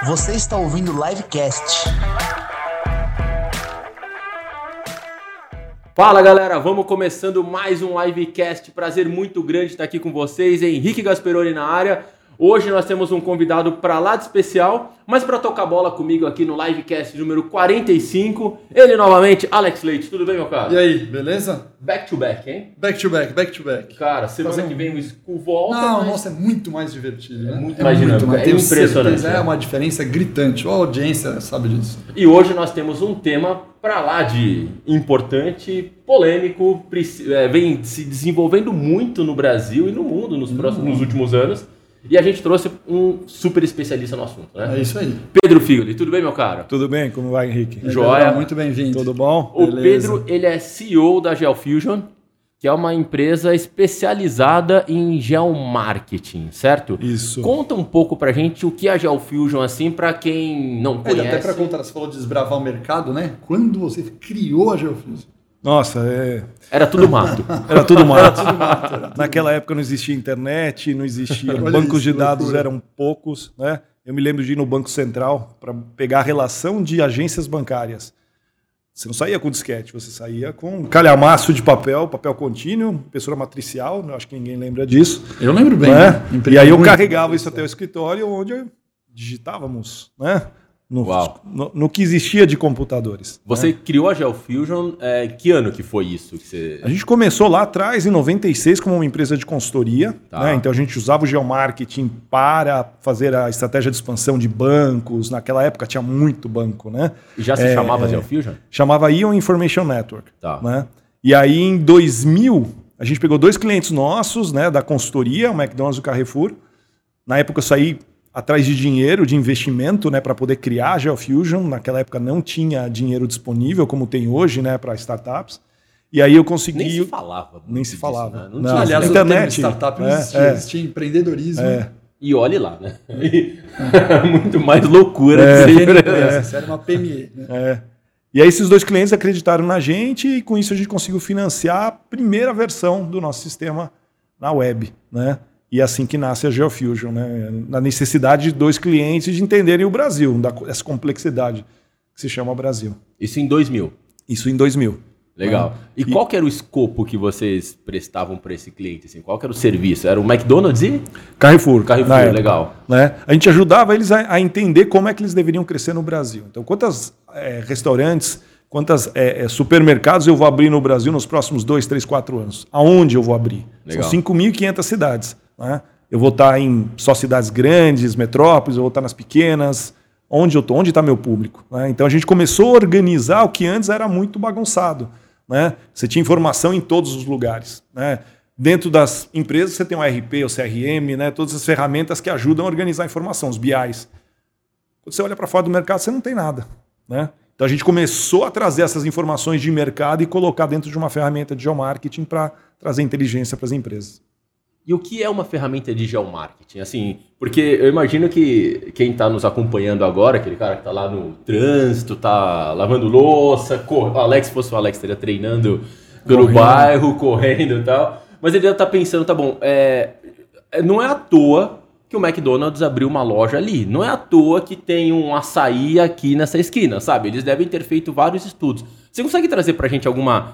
Você está ouvindo o Livecast. Fala galera, vamos começando mais um Livecast. Prazer muito grande estar aqui com vocês, Henrique Gasperoni na área. Hoje nós temos um convidado para lá de especial, mas para tocar bola comigo aqui no Livecast número 45, ele novamente, Alex Leite. Tudo bem, meu cara? E aí, beleza? Back to back, hein? Back to back. Cara, semana que vem o School volta. Não, nossa, é muito mais divertido, né? Muito mais dinâmico, é impressionante. É uma diferença gritante, a audiência sabe disso. E hoje nós temos um tema para lá de importante, polêmico, vem se desenvolvendo muito no Brasil e no mundo nos últimos anos. E a gente trouxe um super especialista no assunto, né? É isso aí. Pedro Figoli, tudo bem, meu cara? Tudo bem, como vai, Henrique? Joia. Muito bem-vindo. Tudo bom? O Beleza. Pedro, ele é CEO da GeoFusion, que é uma empresa especializada em geomarketing, certo? Isso. Conta um pouco pra gente o que é a GeoFusion, assim, pra quem não conhece. Até para contar, você falou de desbravar o mercado, né? Quando você criou a GeoFusion? Nossa, Era tudo mato. era tudo mato. Naquela época não existia internet, não existia. Bancos de dados eram poucos, né? Eu me lembro de ir no Banco Central para pegar a relação de agências bancárias. Você não saía com disquete, você saía com calhamaço de papel contínuo, impressora matricial, acho que ninguém lembra disso. Eu lembro bem. Né? Né? E aí eu carregava isso até o escritório, onde digitávamos, né? No que existia de computadores. Você criou a GeoFusion, que ano que foi isso? A gente começou lá atrás, em 96, como uma empresa de consultoria. Tá. Né? Então a gente usava o geomarketing para fazer a estratégia de expansão de bancos. Naquela época tinha muito banco, né? E já se chamava GeoFusion? Chamava Ion Information Network. Tá. Né? E aí em 2000, a gente pegou 2 clientes nossos, né, da consultoria, o McDonald's e o Carrefour. Na época eu saí atrás de dinheiro, de investimento, né, para poder criar a GeoFusion. Naquela época não tinha dinheiro disponível, como tem hoje, né, para startups. E aí eu consegui... Nem se falava. Nem se falava. Disso, né? Não tinha. Aliás, a internet, startup não existia, existia empreendedorismo. E olhe lá, né? Muito mais loucura que sempre. Essa era uma PME. Né? E aí esses 2 clientes acreditaram na gente e com isso a gente conseguiu financiar a primeira versão do nosso sistema na web, né? E é assim que nasce a GeoFusion, né? Na necessidade de 2 clientes de entenderem o Brasil, essa complexidade que se chama Brasil. Isso em 2000. Isso em 2000. Legal. E qual que era o escopo que vocês prestavam para esse cliente? Assim? Qual que era o serviço? Era o McDonald's e? Carrefour, legal. Né? A gente ajudava eles a entender como é que eles deveriam crescer no Brasil. Então, quantos restaurantes, quantos supermercados eu vou abrir no Brasil nos próximos 2, 3, 4 anos? Aonde eu vou abrir? Legal. São 5.500 cidades. Né? Eu vou estar em só cidades grandes, metrópoles, eu vou estar nas pequenas. Onde eu estou? Onde está meu público? Né? Então a gente começou a organizar o que antes era muito bagunçado. Né? Você tinha informação em todos os lugares. Né? Dentro das empresas você tem o ERP, o CRM, né? Todas as ferramentas que ajudam a organizar a informação, os BIs. Quando você olha para fora do mercado, você não tem nada. Né? Então a gente começou a trazer essas informações de mercado e colocar dentro de uma ferramenta de geomarketing para trazer inteligência para as empresas. E o que é uma ferramenta de geomarketing? Assim, porque eu imagino que quem está nos acompanhando agora, aquele cara que está lá no trânsito, está lavando louça, o Alex, se fosse o Alex, estaria treinando pelo bairro, correndo e tal. Mas ele já está pensando, tá bom, não é à toa que o McDonald's abriu uma loja ali. Não é à toa que tem um açaí aqui nessa esquina, sabe? Eles devem ter feito vários estudos. Você consegue trazer para a gente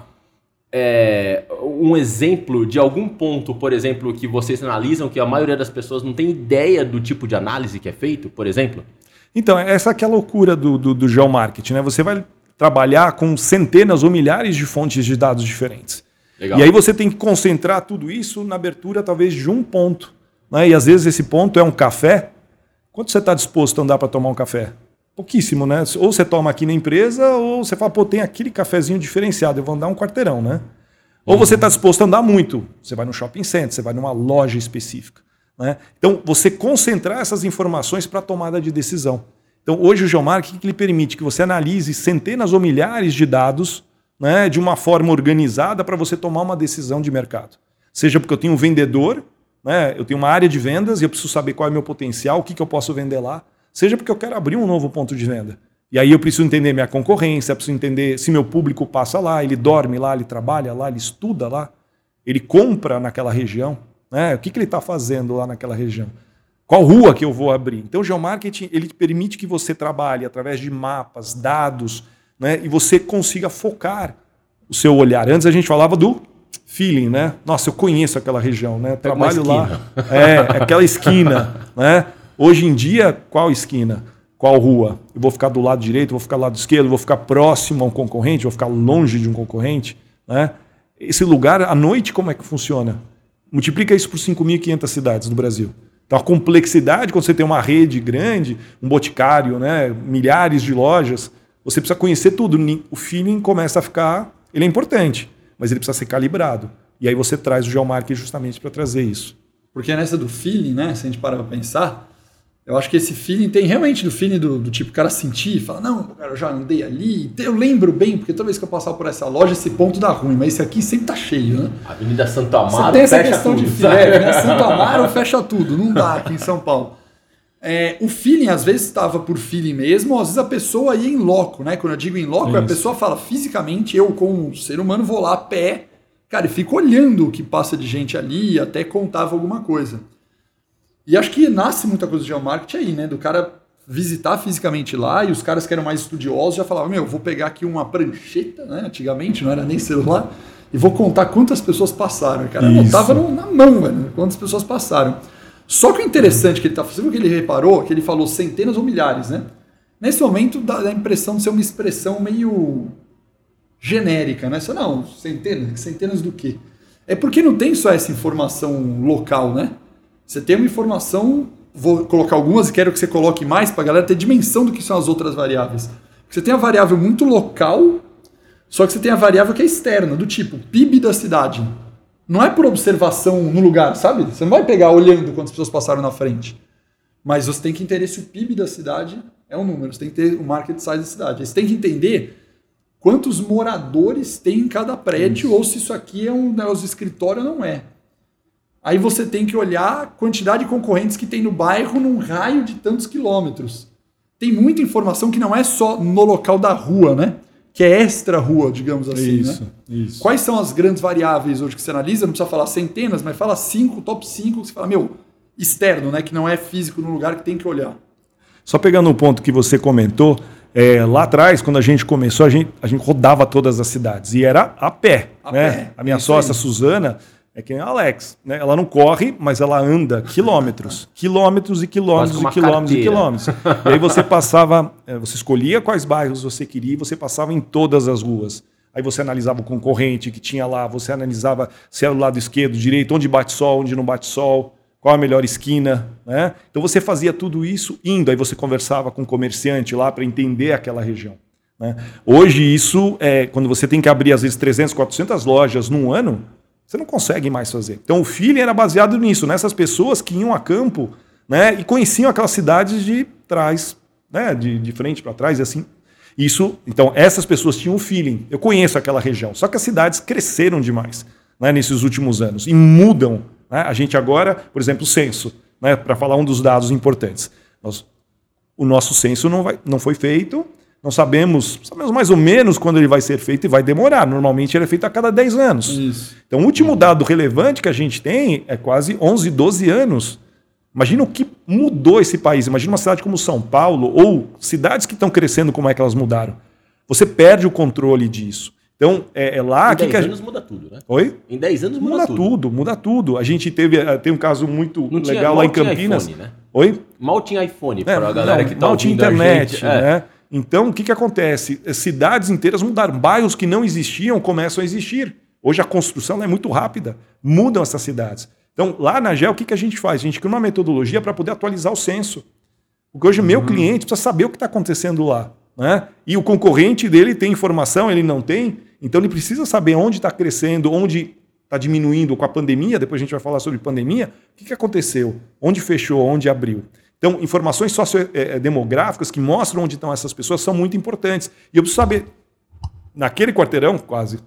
um exemplo de algum ponto, por exemplo, que vocês analisam que a maioria das pessoas não tem ideia do tipo de análise que é feito, por exemplo? Então, essa aqui é a loucura do geomarketing, né? Você vai trabalhar com centenas ou milhares de fontes de dados diferentes. Legal. E aí você tem que concentrar tudo isso na abertura, talvez, de um ponto. Né? E às vezes esse ponto é um café. Quanto você está disposto a andar para tomar um café? Pouquíssimo, né? Ou você toma aqui na empresa, ou você fala, pô, tem aquele cafezinho diferenciado, eu vou andar um quarteirão, né? Ou você está disposto a andar muito. Você vai no shopping center, você vai numa loja específica. Né? Então, você concentrar essas informações para a tomada de decisão. Então, hoje o geomarketing ele permite que você analise centenas ou milhares de dados, né, de uma forma organizada para você tomar uma decisão de mercado. Seja porque eu tenho um vendedor, né, eu tenho uma área de vendas e eu preciso saber qual é o meu potencial, o que eu posso vender lá. Seja porque eu quero abrir um novo ponto de venda. E aí eu preciso entender minha concorrência, preciso entender se meu público passa lá, ele dorme lá, ele trabalha lá, ele estuda lá, ele compra naquela região. Né? O que ele está fazendo lá naquela região? Qual rua que eu vou abrir? Então, o geomarketing ele permite que você trabalhe através de mapas, dados, né, e você consiga focar o seu olhar. Antes a gente falava do feeling, né? Nossa, eu conheço aquela região, né? Trabalho lá. Aquela esquina, né? Hoje em dia, qual esquina? Qual rua? Eu vou ficar do lado direito, vou ficar do lado esquerdo, vou ficar próximo a um concorrente, vou ficar longe de um concorrente, né? Esse lugar, à noite, como é que funciona? Multiplica isso por 5.500 cidades do Brasil. Então, a complexidade, quando você tem uma rede grande, um boticário, né, milhares de lojas, você precisa conhecer tudo. O feeling começa a ficar... Ele é importante, mas ele precisa ser calibrado. E aí você traz o geomarketing justamente para trazer isso. Porque nessa do feeling, né, se a gente parar para pensar, eu acho que esse feeling tem realmente do feeling do tipo, o cara sentir e falar, não, cara, eu já andei ali, eu lembro bem, porque toda vez que eu passar por essa loja, esse ponto dá ruim, mas esse aqui sempre tá cheio, né? Avenida Santo Amaro, você tem essa fecha questão tudo. de feeling, né? Santo Amaro fecha tudo, não dá aqui em São Paulo. O feeling, às vezes, estava por feeling mesmo, ou às vezes a pessoa ia em loco, né? Quando eu digo em loco, a pessoa fala, fisicamente, eu como um ser humano vou lá a pé, cara, e fico olhando o que passa de gente ali, até contava alguma coisa. E acho que nasce muita coisa de geomarketing aí, né? Do cara visitar fisicamente lá e os caras que eram mais estudiosos já falavam, vou pegar aqui uma prancheta, né? Antigamente não era nem celular, e vou contar quantas pessoas passaram. O cara anotava na mão, velho, quantas pessoas passaram. Só que o interessante que ele está fazendo, que ele reparou, que ele falou centenas ou milhares, né? Nesse momento dá a impressão de ser uma expressão meio genérica, né? Não, centenas do quê? É porque não tem só essa informação local, né? Você tem uma informação, vou colocar algumas e quero que você coloque mais para a galera ter dimensão do que são as outras variáveis. Você tem a variável muito local, só que você tem a variável que é externa, do tipo PIB da cidade. Não é por observação no lugar, sabe? Você não vai pegar olhando quantas pessoas passaram na frente. Mas você tem que entender se o PIB da cidade é um número, você tem que ter o market size da cidade. Aí você tem que entender quantos moradores tem em cada prédio, ou se isso aqui é os escritórios ou não é. Aí você tem que olhar a quantidade de concorrentes que tem no bairro num raio de tantos quilômetros. Tem muita informação que não é só no local da rua, né? Que é extra-rua, digamos assim. Isso. Quais são as grandes variáveis hoje que você analisa? Não precisa falar centenas, mas fala 5, top 5, que você fala, externo, né? Que não é físico no lugar que tem que olhar. Só pegando um ponto que você comentou, lá atrás, quando a gente começou, a gente rodava todas as cidades. E era a pé. A minha sócia, Suzana, é que nem a Alex, né? Ela não corre, mas ela anda quilômetros. Quilômetros e quilômetros e quilômetros e quilômetros. E aí você passava, você escolhia quais bairros você queria e você passava em todas as ruas. Aí você analisava o concorrente que tinha lá, você analisava se era o lado esquerdo, direito, onde bate sol, onde não bate sol, qual a melhor esquina, né? Então você fazia tudo isso indo, aí você conversava com o comerciante lá para entender aquela região, né? Hoje isso, quando você tem que abrir às vezes 300, 400 lojas num ano, você não consegue mais fazer. Então o feeling era baseado nisso, nessas pessoas que iam a campo, né, e conheciam aquelas cidades de trás, né, de frente para trás e assim. Então essas pessoas tinham o feeling. Eu conheço aquela região. Só que as cidades cresceram demais, né, nesses últimos anos e mudam. Né? A gente agora, por exemplo, o censo, né, para falar um dos dados importantes. O nosso censo não foi feito. Não sabemos mais ou menos quando ele vai ser feito e vai demorar. Normalmente ele é feito a cada 10 anos. Isso. Então o último dado relevante que a gente tem é quase 11, 12 anos. Imagina o que mudou esse país. Imagina uma cidade como São Paulo ou cidades que estão crescendo, como é que elas mudaram. Você perde o controle disso. Então é lá em que... Em 10 anos muda tudo, né? Oi? Em 10 anos muda tudo. Muda tudo. A gente tem um caso muito legal lá em Campinas. IPhone, né? Oi? Mal tinha iPhone para a galera que está mal tinha ouvindo internet, a gente. né? Então, o que acontece? Cidades inteiras mudaram. Bairros que não existiam começam a existir. Hoje a construção é muito rápida. Mudam essas cidades. Então, lá na GEL, o que a gente faz? A gente cria uma metodologia para poder atualizar o censo. Porque hoje o meu cliente precisa saber o que está acontecendo lá, né? E o concorrente dele tem informação, ele não tem. Então, ele precisa saber onde está crescendo, onde está diminuindo com a pandemia. Depois a gente vai falar sobre pandemia. O que aconteceu? Onde fechou? Onde abriu? Então, informações sociodemográficas que mostram onde estão essas pessoas são muito importantes. E eu preciso saber, naquele quarteirão,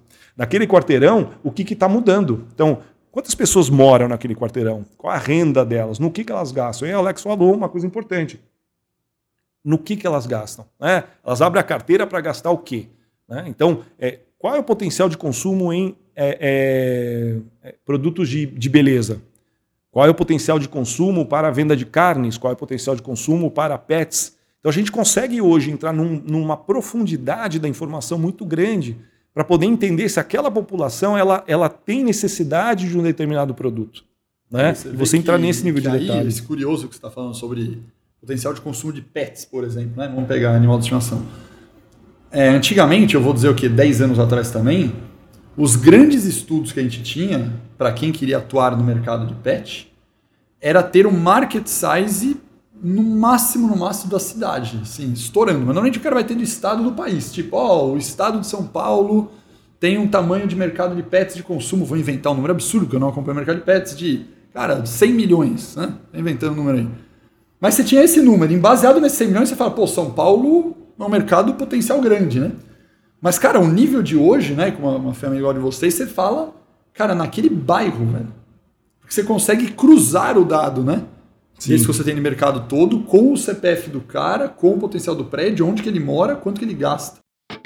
o que está mudando. Então, quantas pessoas moram naquele quarteirão? Qual a renda delas? No que elas gastam? E a Alex falou uma coisa importante. No que elas gastam? Né? Elas abrem a carteira para gastar o quê? Né? Então, qual é o potencial de consumo em produtos de beleza? Qual é o potencial de consumo para a venda de carnes? Qual é o potencial de consumo para pets? Então a gente consegue hoje entrar numa profundidade da informação muito grande para poder entender se aquela população ela tem necessidade de um determinado produto. Né? E você entrar nesse nível de detalhe. Esse curioso que você está falando sobre potencial de consumo de pets, por exemplo, né? Vamos pegar animal de estimação. Antigamente, eu vou dizer 10 anos atrás também, os grandes estudos que a gente tinha para quem queria atuar no mercado de pet era ter um market size no máximo da cidade, assim, estourando. Mas normalmente o cara vai ter do estado do país. Tipo, o estado de São Paulo tem um tamanho de mercado de pets de consumo. Vou inventar um número absurdo, porque eu não acompanho o mercado de pets, de, 100 milhões, né? Tô inventando um número aí. Mas você tinha esse número. E baseado nesses 100 milhões, você fala, São Paulo é um mercado potencial grande, né? Mas, cara, o nível de hoje, né, com uma ferramenta igual de vocês, você fala, cara, naquele bairro, velho. Porque você consegue cruzar o dado, né? Sim. Esse que você tem no mercado todo, com o CPF do cara, com o potencial do prédio, onde que ele mora, quanto que ele gasta.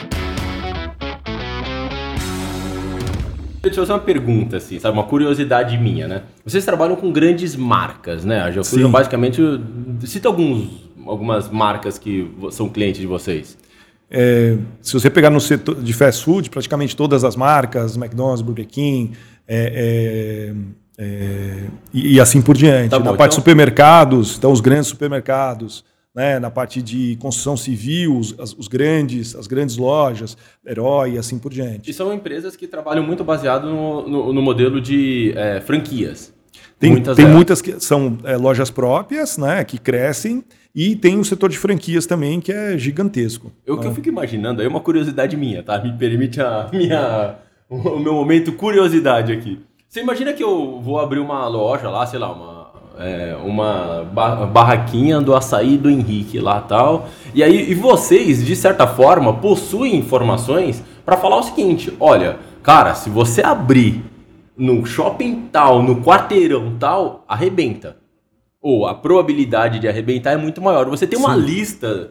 Deixa eu fazer uma pergunta, assim, sabe? Uma curiosidade minha, né? Vocês trabalham com grandes marcas, né? A Geofusion, basicamente, cita algumas marcas que são clientes de vocês. Se você pegar no setor de fast food, praticamente todas as marcas, McDonald's, Burger King, e assim por diante. Tá bom, na parte de supermercados, então os grandes supermercados, né? Na parte de construção civil, as grandes lojas, Herói e assim por diante. E são empresas que trabalham muito baseado no modelo de franquias. Tem muitas que são lojas próprias, né, que crescem, e tem o setor de franquias também, que é gigantesco. Que eu fico imaginando, aí é uma curiosidade minha, tá? Me permite o meu momento curiosidade aqui. Você imagina que eu vou abrir uma loja lá, sei lá, uma barraquinha do açaí do Henrique lá e tal, e vocês, de certa forma, possuem informações para falar o seguinte, olha, cara, se você abrir no shopping tal, no quarteirão tal, arrebenta. Ou a probabilidade de arrebentar é muito maior. Você tem uma lista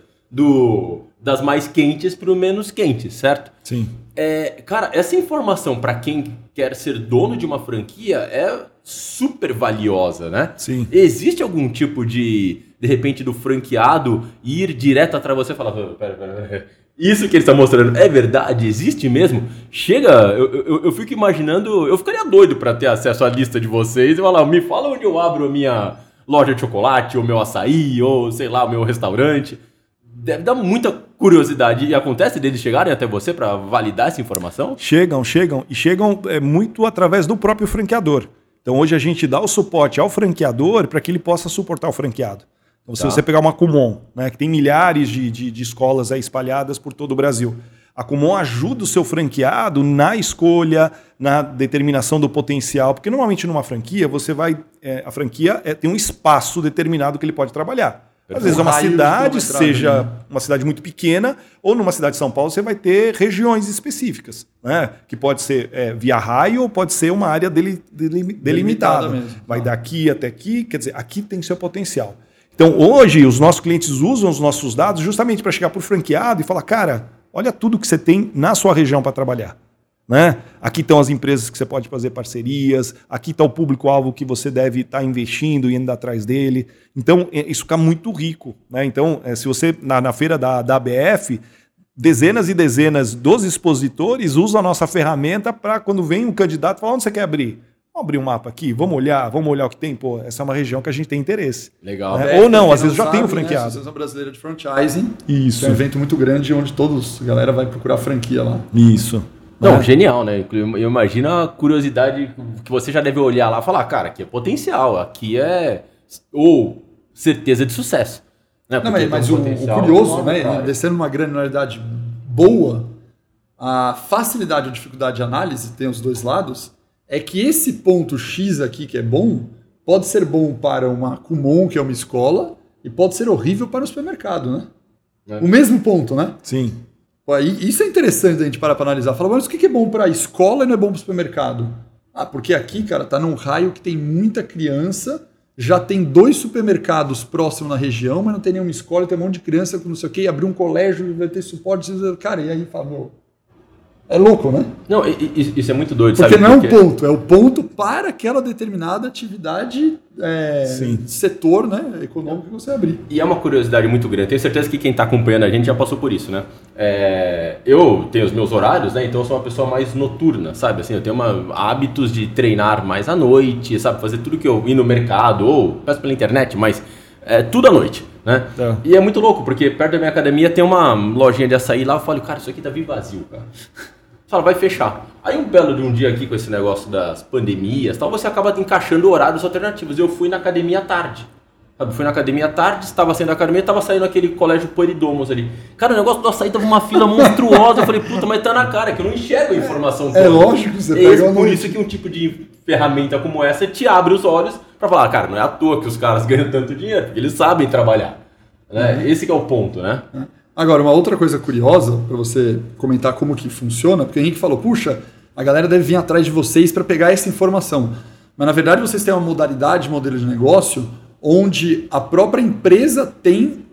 das mais quentes para o menos quentes, certo? Sim. Cara, essa informação para quem quer ser dono de uma franquia é super valiosa, né? Sim. Existe algum tipo de repente, do franqueado ir direto atrás de você e falar, pera. Isso que ele está mostrando é verdade? Existe mesmo? Chega, eu fico imaginando, eu ficaria doido para ter acesso à lista de vocês e falar, me fala onde eu abro a minha loja de chocolate, ou meu açaí, ou sei lá, o meu restaurante. Deve dar muita curiosidade. E acontece deles chegarem até você para validar essa informação? Chegam muito através do próprio franqueador. Então hoje a gente dá o suporte ao franqueador para que ele possa suportar o franqueado. Então, se você pegar uma Kumon, né, que tem milhares de escolas aí espalhadas por todo o Brasil, a Kumon ajuda o seu franqueado na escolha, na determinação do potencial, porque normalmente numa franquia você vai, a franquia tem um espaço determinado que ele pode trabalhar. Às vezes uma cidade, seja uma cidade muito pequena, ou numa cidade de São Paulo você vai ter regiões específicas, né? Que pode ser via raio ou pode ser uma área delimitada. Mesmo. Vai daqui até aqui, quer dizer, aqui tem seu potencial. Então, hoje, os nossos clientes usam os nossos dados justamente para chegar para o franqueado e falar, cara, olha tudo que você tem na sua região para trabalhar. Né? Aqui estão as empresas que você pode fazer parcerias, aqui está o público-alvo que você deve estar investindo e indo atrás dele. Então, isso fica muito rico. Né? Então, se você, na feira da ABF, dezenas e dezenas dos expositores usam a nossa ferramenta para, quando vem um candidato, falar, onde você quer abrir? Vamos abrir um mapa aqui, vamos olhar o que tem. Pô, essa é uma região que a gente tem interesse. Legal. Ou não, às vezes já tem o franqueado. Associação Brasileira de Franchising. Isso. É um evento muito grande onde a galera vai procurar franquia lá. Isso. Não, genial, né? Eu imagino a curiosidade que você já deve olhar lá e falar, cara, aqui é potencial, aqui é certeza de sucesso. Né? Não, mas o curioso, né? Descendo uma granularidade boa, a facilidade ou dificuldade de análise, tem os dois lados, é que esse ponto X aqui que é bom, pode ser bom para uma Kumon, que é uma escola, e pode ser horrível para o supermercado, né? O mesmo ponto, né? Sim. Isso é interessante a gente parar para analisar. Falar, mas o que é bom para a escola e não é bom para o supermercado? Porque aqui, cara, tá num raio que tem muita criança, já tem 2 supermercados próximos na região, mas não tem nenhuma escola, tem um monte de criança com não sei o quê, abrir um colégio, vai ter suporte, cara, e aí fala, É louco, né? Não, isso é muito doido, porque sabe? Não é um ponto, é o ponto para aquela determinada atividade, setor, né, econômico que você abrir. E é uma curiosidade muito grande. Tenho certeza que quem está acompanhando a gente já passou por isso, né? Eu tenho os meus horários, né? Então eu sou uma pessoa mais noturna, sabe? Assim, eu tenho hábitos de treinar mais à noite, sabe? Fazer tudo que eu ir no mercado ou peço pela internet, mas tudo à noite, né? E é muito louco, porque perto da minha academia tem uma lojinha de açaí lá. Eu falo, cara, isso aqui tá vazio, cara. Fala, vai fechar. Aí um belo de um dia aqui com esse negócio das pandemias, tal, você acaba encaixando horários alternativos. Eu fui na academia à tarde. Sabe? Fui na academia à tarde, estava saindo da academia, estava saindo aquele colégio Poridomos ali. Cara, o negócio do açaí tava uma fila monstruosa. Eu falei, puta, mas tá na cara, que eu não enxergo a informação toda. É lógico que você pega por isso que um tipo de ferramenta como essa te abre os olhos para falar, cara, não é à toa que os caras ganham tanto dinheiro, porque eles sabem trabalhar. Né? Esse que é o ponto, né? Agora, uma outra coisa curiosa para você comentar como que funciona, porque o Henrique falou, puxa, a galera deve vir atrás de vocês para pegar essa informação. Mas na verdade vocês têm uma modalidade, modelo de negócio, onde a própria empresa tem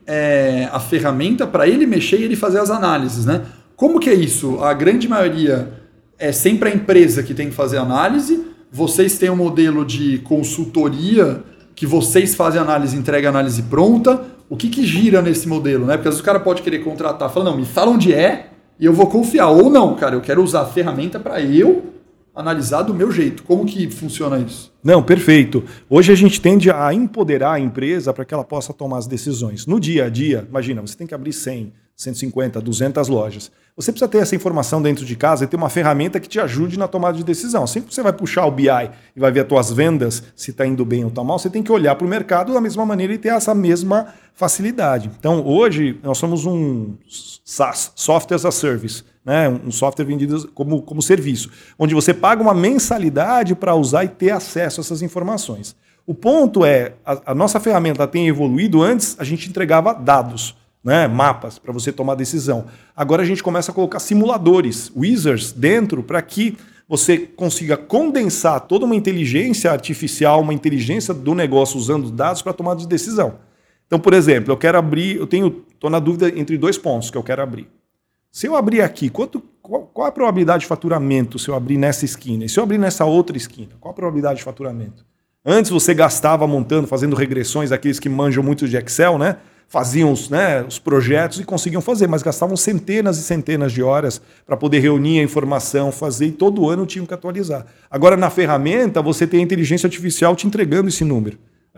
a ferramenta para ele mexer e ele fazer as análises, né? Como que é isso? A grande maioria é sempre a empresa que tem que fazer análise, vocês têm um modelo de consultoria que vocês fazem análise, entrega a análise pronta. O que gira nesse modelo, né? Porque às vezes o cara pode querer contratar, fala, não, me fala onde é e eu vou confiar. Ou não, cara, eu quero usar a ferramenta para eu analisar do meu jeito. Como que funciona isso? Não, perfeito. Hoje a gente tende a empoderar a empresa para que ela possa tomar as decisões. No dia a dia, imagina, você tem que abrir 100, 150, 200 lojas. Você precisa ter essa informação dentro de casa e ter uma ferramenta que te ajude na tomada de decisão. Sempre que você vai puxar o BI e vai ver as tuas vendas, se está indo bem ou está mal, você tem que olhar para o mercado da mesma maneira e ter essa mesma facilidade. Então, hoje, nós somos um SaaS, Software as a Service, né? Um software vendido como serviço, onde você paga uma mensalidade para usar e ter acesso a essas informações. O ponto é, a nossa ferramenta tem evoluído. Antes, a gente entregava dados, né, mapas para você tomar decisão. Agora a gente começa a colocar simuladores, wizards dentro para que você consiga condensar toda uma inteligência artificial, uma inteligência do negócio usando dados para tomar de decisão. Então, por exemplo, eu quero abrir, estou na dúvida entre 2 pontos que eu quero abrir. Se eu abrir aqui, qual a probabilidade de faturamento se eu abrir nessa esquina? E se eu abrir nessa outra esquina, qual a probabilidade de faturamento? Antes você gastava montando, fazendo regressões, aqueles que manjam muito de Excel, né? Faziam os projetos e conseguiam fazer, mas gastavam centenas e centenas de horas para poder reunir a informação, fazer, e todo ano tinham que atualizar. Agora, na ferramenta, você tem a inteligência artificial te entregando esse número.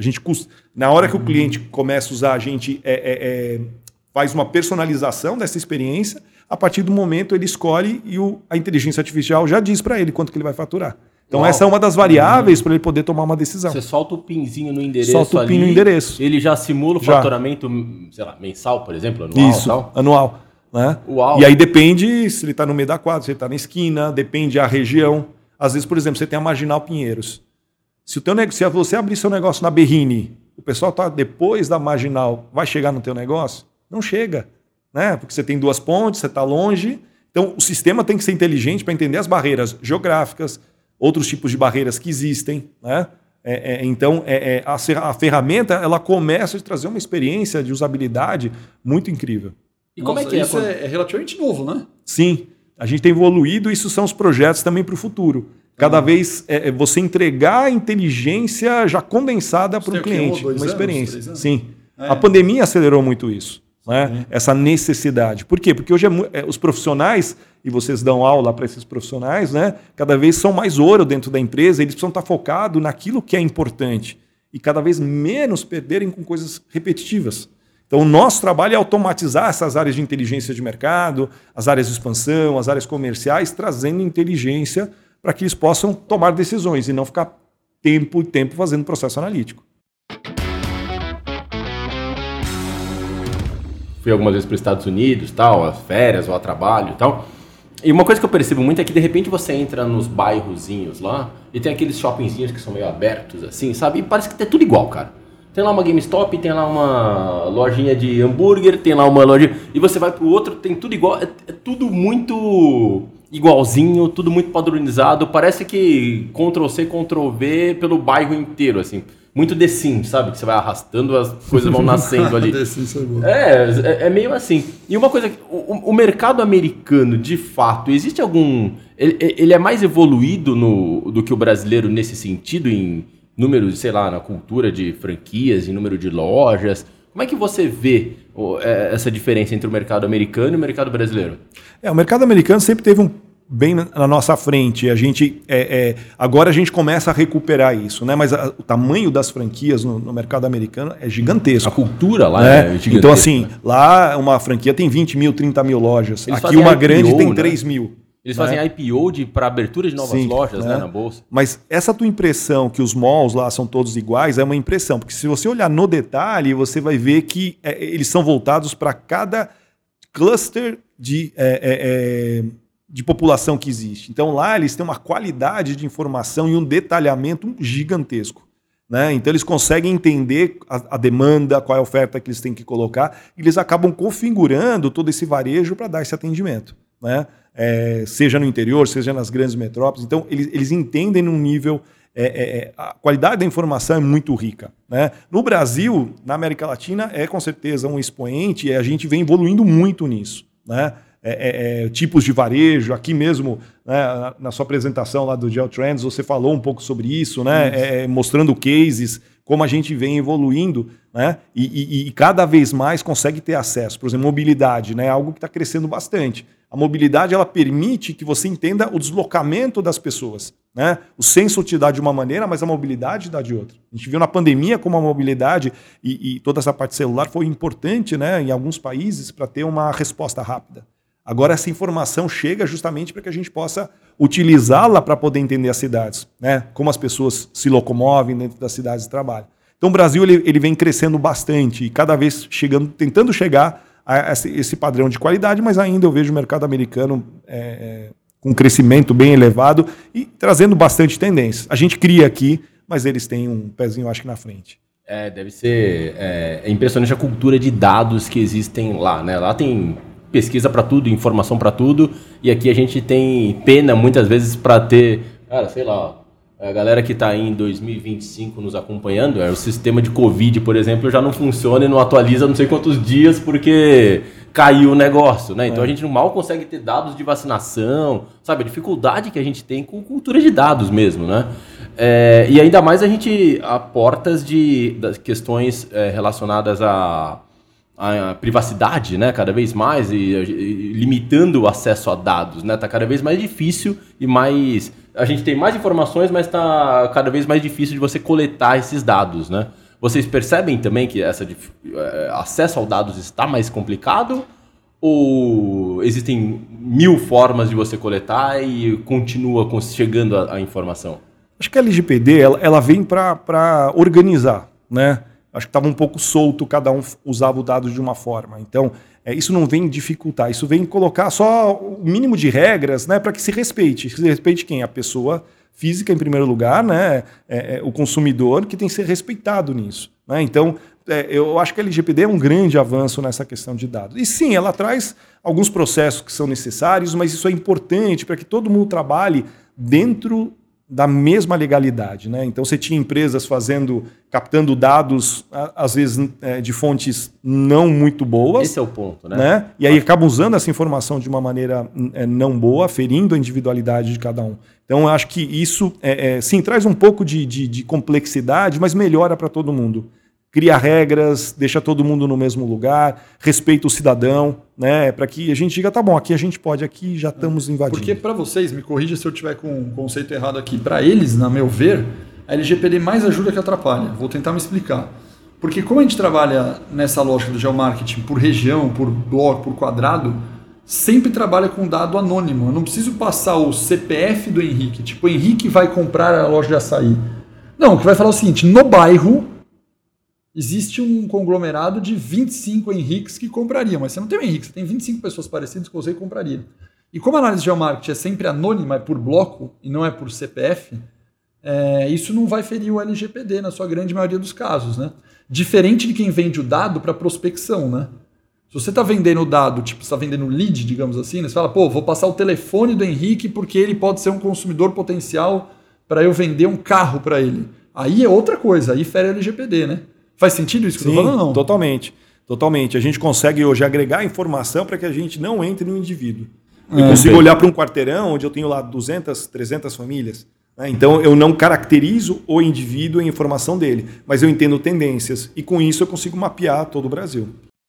Na hora que o cliente começa a usar, a gente faz uma personalização dessa experiência. A partir do momento, ele escolhe e a inteligência artificial já diz para ele quanto que ele vai faturar. Então, essa é uma das variáveis para ele poder tomar uma decisão. Você solta o pinzinho no endereço. Solta o pin no endereço. Ele já simula o faturamento, sei lá, mensal, por exemplo, anual. Isso, tal. Anual. Né? Uau. E aí depende se ele está no meio da quadra, se ele está na esquina, depende a região. Às vezes, por exemplo, você tem a Marginal Pinheiros. Se você abrir seu negócio na Berrini, o pessoal está depois da Marginal, vai chegar no teu negócio? Não chega. Né? Porque você tem 2 pontes, você está longe. Então, o sistema tem que ser inteligente para entender as barreiras geográficas, outros tipos de barreiras que existem, né? Então, a ferramenta ela começa a trazer uma experiência de usabilidade muito incrível. E como é que isso é relativamente novo, né? Sim, a gente tem evoluído, isso são os projetos também para o futuro. Cada vez você entregar a inteligência já condensada para o cliente, uma experiência. Sim, a pandemia acelerou muito isso. Né? Essa necessidade. Por quê? Porque hoje os profissionais, e vocês dão aula para esses profissionais, né? Cada vez são mais ouro dentro da empresa, eles precisam estar focados naquilo que é importante e cada vez menos perderem com coisas repetitivas. Então, o nosso trabalho é automatizar essas áreas de inteligência de mercado, as áreas de expansão, as áreas comerciais, trazendo inteligência para que eles possam tomar decisões e não ficar tempo e tempo fazendo processo analítico. Fui algumas vezes para os Estados Unidos, tal, as férias ou a trabalho e tal. E uma coisa que eu percebo muito é que de repente você entra nos bairrozinhos lá e tem aqueles shoppingzinhos que são meio abertos assim, sabe? E parece que é tudo igual, cara. Tem lá uma GameStop, tem lá uma lojinha de hambúrguer, tem lá uma loja... E você vai pro outro, tem tudo igual, é tudo muito igualzinho, tudo muito padronizado. Parece que Ctrl-C, Ctrl-V pelo bairro inteiro, assim. muito The Sims, sabe? Que você vai arrastando, as coisas vão nascendo ali. The Sims é bom. É meio assim. E uma coisa, o mercado americano, de fato, existe algum... Ele é mais evoluído do que o brasileiro nesse sentido, em número, sei lá, na cultura de franquias, em número de lojas? Como é que você vê essa diferença entre o mercado americano e o mercado brasileiro? O mercado americano sempre teve bem na nossa frente. A gente, agora a gente começa a recuperar isso, né? Mas o tamanho das franquias no mercado americano é gigantesco. A cultura lá é gigantesca. Então, assim, lá uma franquia tem 20 mil, 30 mil lojas. Eles aqui uma IPO, grande tem né? 3 mil. Eles fazem IPO para abertura de novas lojas, né, na bolsa. Mas essa tua impressão que os malls lá são todos iguais é uma impressão, porque se você olhar no detalhe, você vai ver que eles são voltados para cada cluster de população que existe. Então lá eles têm uma qualidade de informação e um detalhamento gigantesco. Né? Então eles conseguem entender a demanda, qual é a oferta que eles têm que colocar, e eles acabam configurando todo esse varejo para dar esse atendimento. Né? Seja no interior, seja nas grandes metrópoles. Então, eles entendem num nível... a qualidade da informação é muito rica. Né? No Brasil, na América Latina, é com certeza um expoente e a gente vem evoluindo muito nisso. Né? Tipos de varejo, aqui mesmo, né, na sua apresentação lá do GeoTrends, você falou um pouco sobre isso, né? Mostrando cases, como a gente vem evoluindo, né? E cada vez mais consegue ter acesso. Por exemplo, mobilidade, né? Algo que está crescendo bastante. A mobilidade ela permite que você entenda o deslocamento das pessoas. Né? O censo te dá de uma maneira, mas a mobilidade dá de outra. A gente viu na pandemia como a mobilidade e toda essa parte celular foi importante, né, em alguns países para ter uma resposta rápida. Agora essa informação chega justamente para que a gente possa utilizá-la para poder entender as cidades, né? Como as pessoas se locomovem dentro das cidades de trabalho. Então o Brasil ele vem crescendo bastante e cada vez tentando chegar a esse padrão de qualidade, mas ainda eu vejo o mercado americano com um crescimento bem elevado e trazendo bastante tendência. A gente cria aqui, mas eles têm um pezinho, acho que, na frente. Deve ser impressionante a cultura de dados que existem lá, né? Lá tem pesquisa para tudo, informação para tudo, e aqui a gente tem pena muitas vezes para ter, cara, sei lá, a galera que está aí em 2025 nos acompanhando, o sistema de Covid, por exemplo, já não funciona e não atualiza não sei quantos dias porque caiu o negócio, né? Então a gente mal consegue ter dados de vacinação, sabe? A dificuldade que a gente tem com cultura de dados mesmo, né? E ainda mais a gente a portas das questões relacionadas à privacidade, né? Cada vez mais e limitando o acesso a dados, né? Tá cada vez mais difícil e mais... A gente tem mais informações, mas está cada vez mais difícil de você coletar esses dados, né? Vocês percebem também que acesso aos dados está mais complicado? Ou existem 1000 formas de você coletar e continua chegando a informação? Acho que a LGPD ela vem para organizar, né? Acho que estava um pouco solto, cada um usava o dado de uma forma. Então, isso não vem dificultar, isso vem colocar só o mínimo de regras, né, para que se respeite. Se respeite quem? A pessoa física, em primeiro lugar, né, o consumidor, que tem que ser respeitado nisso. Né? Então, eu acho que a LGPD é um grande avanço nessa questão de dados. E sim, ela traz alguns processos que são necessários, mas isso é importante para que todo mundo trabalhe dentro da mesma legalidade, né? Então você tinha empresas captando dados, às vezes de fontes não muito boas. Esse é o ponto, né? E aí acabam usando essa informação de uma maneira não boa, ferindo a individualidade de cada um. Então eu acho que isso, sim, traz um pouco de complexidade, mas melhora para todo mundo. Cria regras, deixa todo mundo no mesmo lugar, respeita o cidadão, né? Para que a gente diga, tá bom, aqui a gente pode, aqui já estamos invadindo. Porque para vocês, me corrija se eu tiver com um conceito errado aqui, para eles, na meu ver, a LGPD mais ajuda que atrapalha. Vou tentar me explicar. Porque como a gente trabalha nessa lógica do geomarketing por região, por bloco, por quadrado, sempre trabalha com dado anônimo. Eu não preciso passar o CPF do Henrique, tipo, o Henrique vai comprar a loja de açaí. Não, o que vai falar é o seguinte, no bairro existe um conglomerado de 25 Henriques que comprariam, mas você não tem um Henrique, você tem 25 pessoas parecidas que você compraria. E como a análise de geomarketing é sempre anônima, é por bloco e não é por CPF, isso não vai ferir o LGPD na sua grande maioria dos casos, né? Diferente de quem vende o dado para prospecção, né? Se você está vendendo o dado, tipo, você está vendendo lead, digamos assim, né? Você fala, vou passar o telefone do Henrique porque ele pode ser um consumidor potencial para eu vender um carro para ele. aí é outra coisa, aí fere LGPD, né? Faz sentido isso que eu tô falando, não? Totalmente. A gente consegue hoje agregar informação para que a gente não entre no indivíduo. Eu consigo olhar para um quarteirão onde eu tenho lá 200, 300 famílias. Né? Então, eu não caracterizo o indivíduo em informação dele, mas eu entendo tendências. E com isso eu consigo mapear todo o Brasil.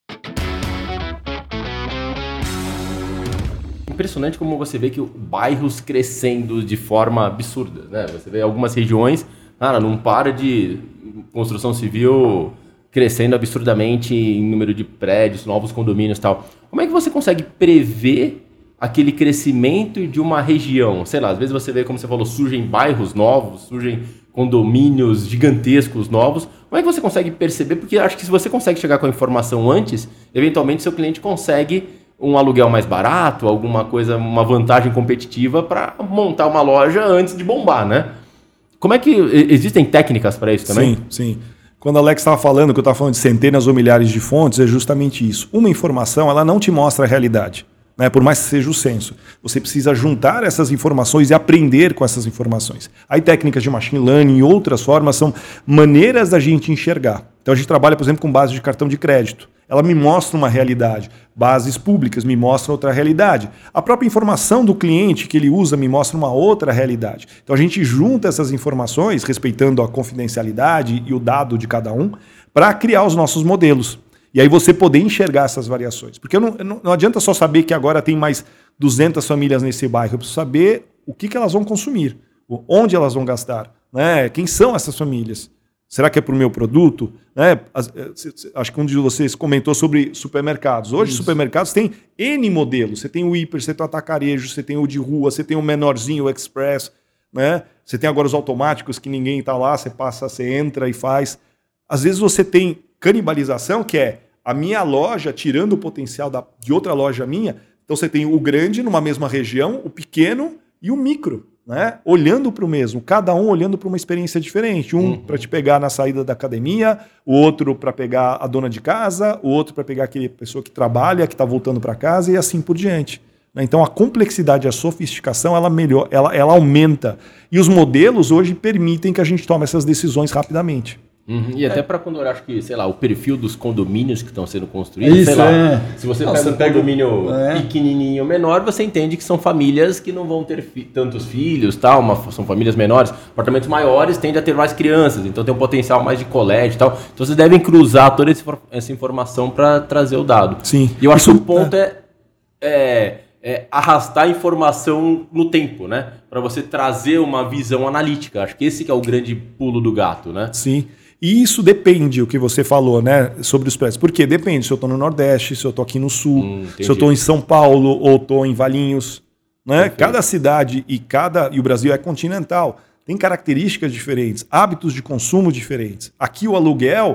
Impressionante como você vê que bairros crescendo de forma absurda, né? Você vê algumas regiões, cara, não para de construção civil crescendo absurdamente em número de prédios, novos condomínios e tal. Como é que você consegue prever aquele crescimento de uma região? Sei lá, às vezes você vê, como você falou, surgem bairros novos, surgem condomínios gigantescos novos. Como é que você consegue perceber? Porque acho que se você consegue chegar com a informação antes, eventualmente seu cliente consegue um aluguel mais barato, alguma coisa, uma vantagem competitiva para montar uma loja antes de bombar, né? Como é que... Existem técnicas para isso também? Sim. Quando a Alex estava falando, que eu estava falando de centenas ou milhares de fontes, é justamente isso. Uma informação, ela não te mostra a realidade, né? Por mais que seja o censo. Você precisa juntar essas informações e aprender com essas informações. Aí técnicas de machine learning e outras formas são maneiras da gente enxergar. Então a gente trabalha, por exemplo, com base de cartão de crédito. Ela me mostra uma realidade. Bases públicas me mostram outra realidade. A própria informação do cliente que ele usa me mostra uma outra realidade. Então a gente junta essas informações, respeitando a confidencialidade e o dado de cada um, para criar os nossos modelos. E aí você poder enxergar essas variações. Porque não adianta só saber que agora tem mais 200 famílias nesse bairro. Eu preciso saber o que elas vão consumir, onde elas vão gastar, né? Quem são essas famílias. Será que é para o meu produto? Né? Acho que um de vocês comentou sobre supermercados. Hoje, supermercados têm N modelos. Você tem o hiper, você tem o atacarejo, você tem o de rua, você tem o menorzinho, o express. Né? Você tem agora os automáticos que ninguém está lá, você passa, você entra e faz. Às vezes você tem canibalização, que é a minha loja tirando o potencial de outra loja minha. Então você tem o grande numa mesma região, o pequeno e o micro. Né? Olhando para o mesmo, cada um olhando para uma experiência diferente. Para te pegar na saída da academia, o outro para pegar a dona de casa, o outro para pegar aquela pessoa que trabalha, que está voltando para casa e assim por diante. Né? Então a complexidade, a sofisticação, ela aumenta. E os modelos hoje permitem que a gente tome essas decisões rapidamente. E até para quando eu acho que, sei lá, o perfil dos condomínios que estão sendo construídos, isso, sei lá, se você pega um condomínio um pequenininho, menor, você entende que são famílias que não vão ter tantos filhos, tal, são famílias menores. Apartamentos maiores tendem a ter mais crianças, então tem um potencial mais de colégio e tal. Então vocês devem cruzar toda essa informação para trazer o dado. Sim. E eu acho que o ponto é arrastar a informação no tempo, né? Para você trazer uma visão analítica. Acho que esse que é o grande pulo do gato, né? Sim. E isso depende, o que você falou, né, sobre os prédios. Por quê? Depende se eu estou no Nordeste, se eu estou aqui no Sul, se eu estou em São Paulo ou estou em Valinhos. Né? Cada cidade e o Brasil é continental, tem características diferentes, hábitos de consumo diferentes. Aqui o aluguel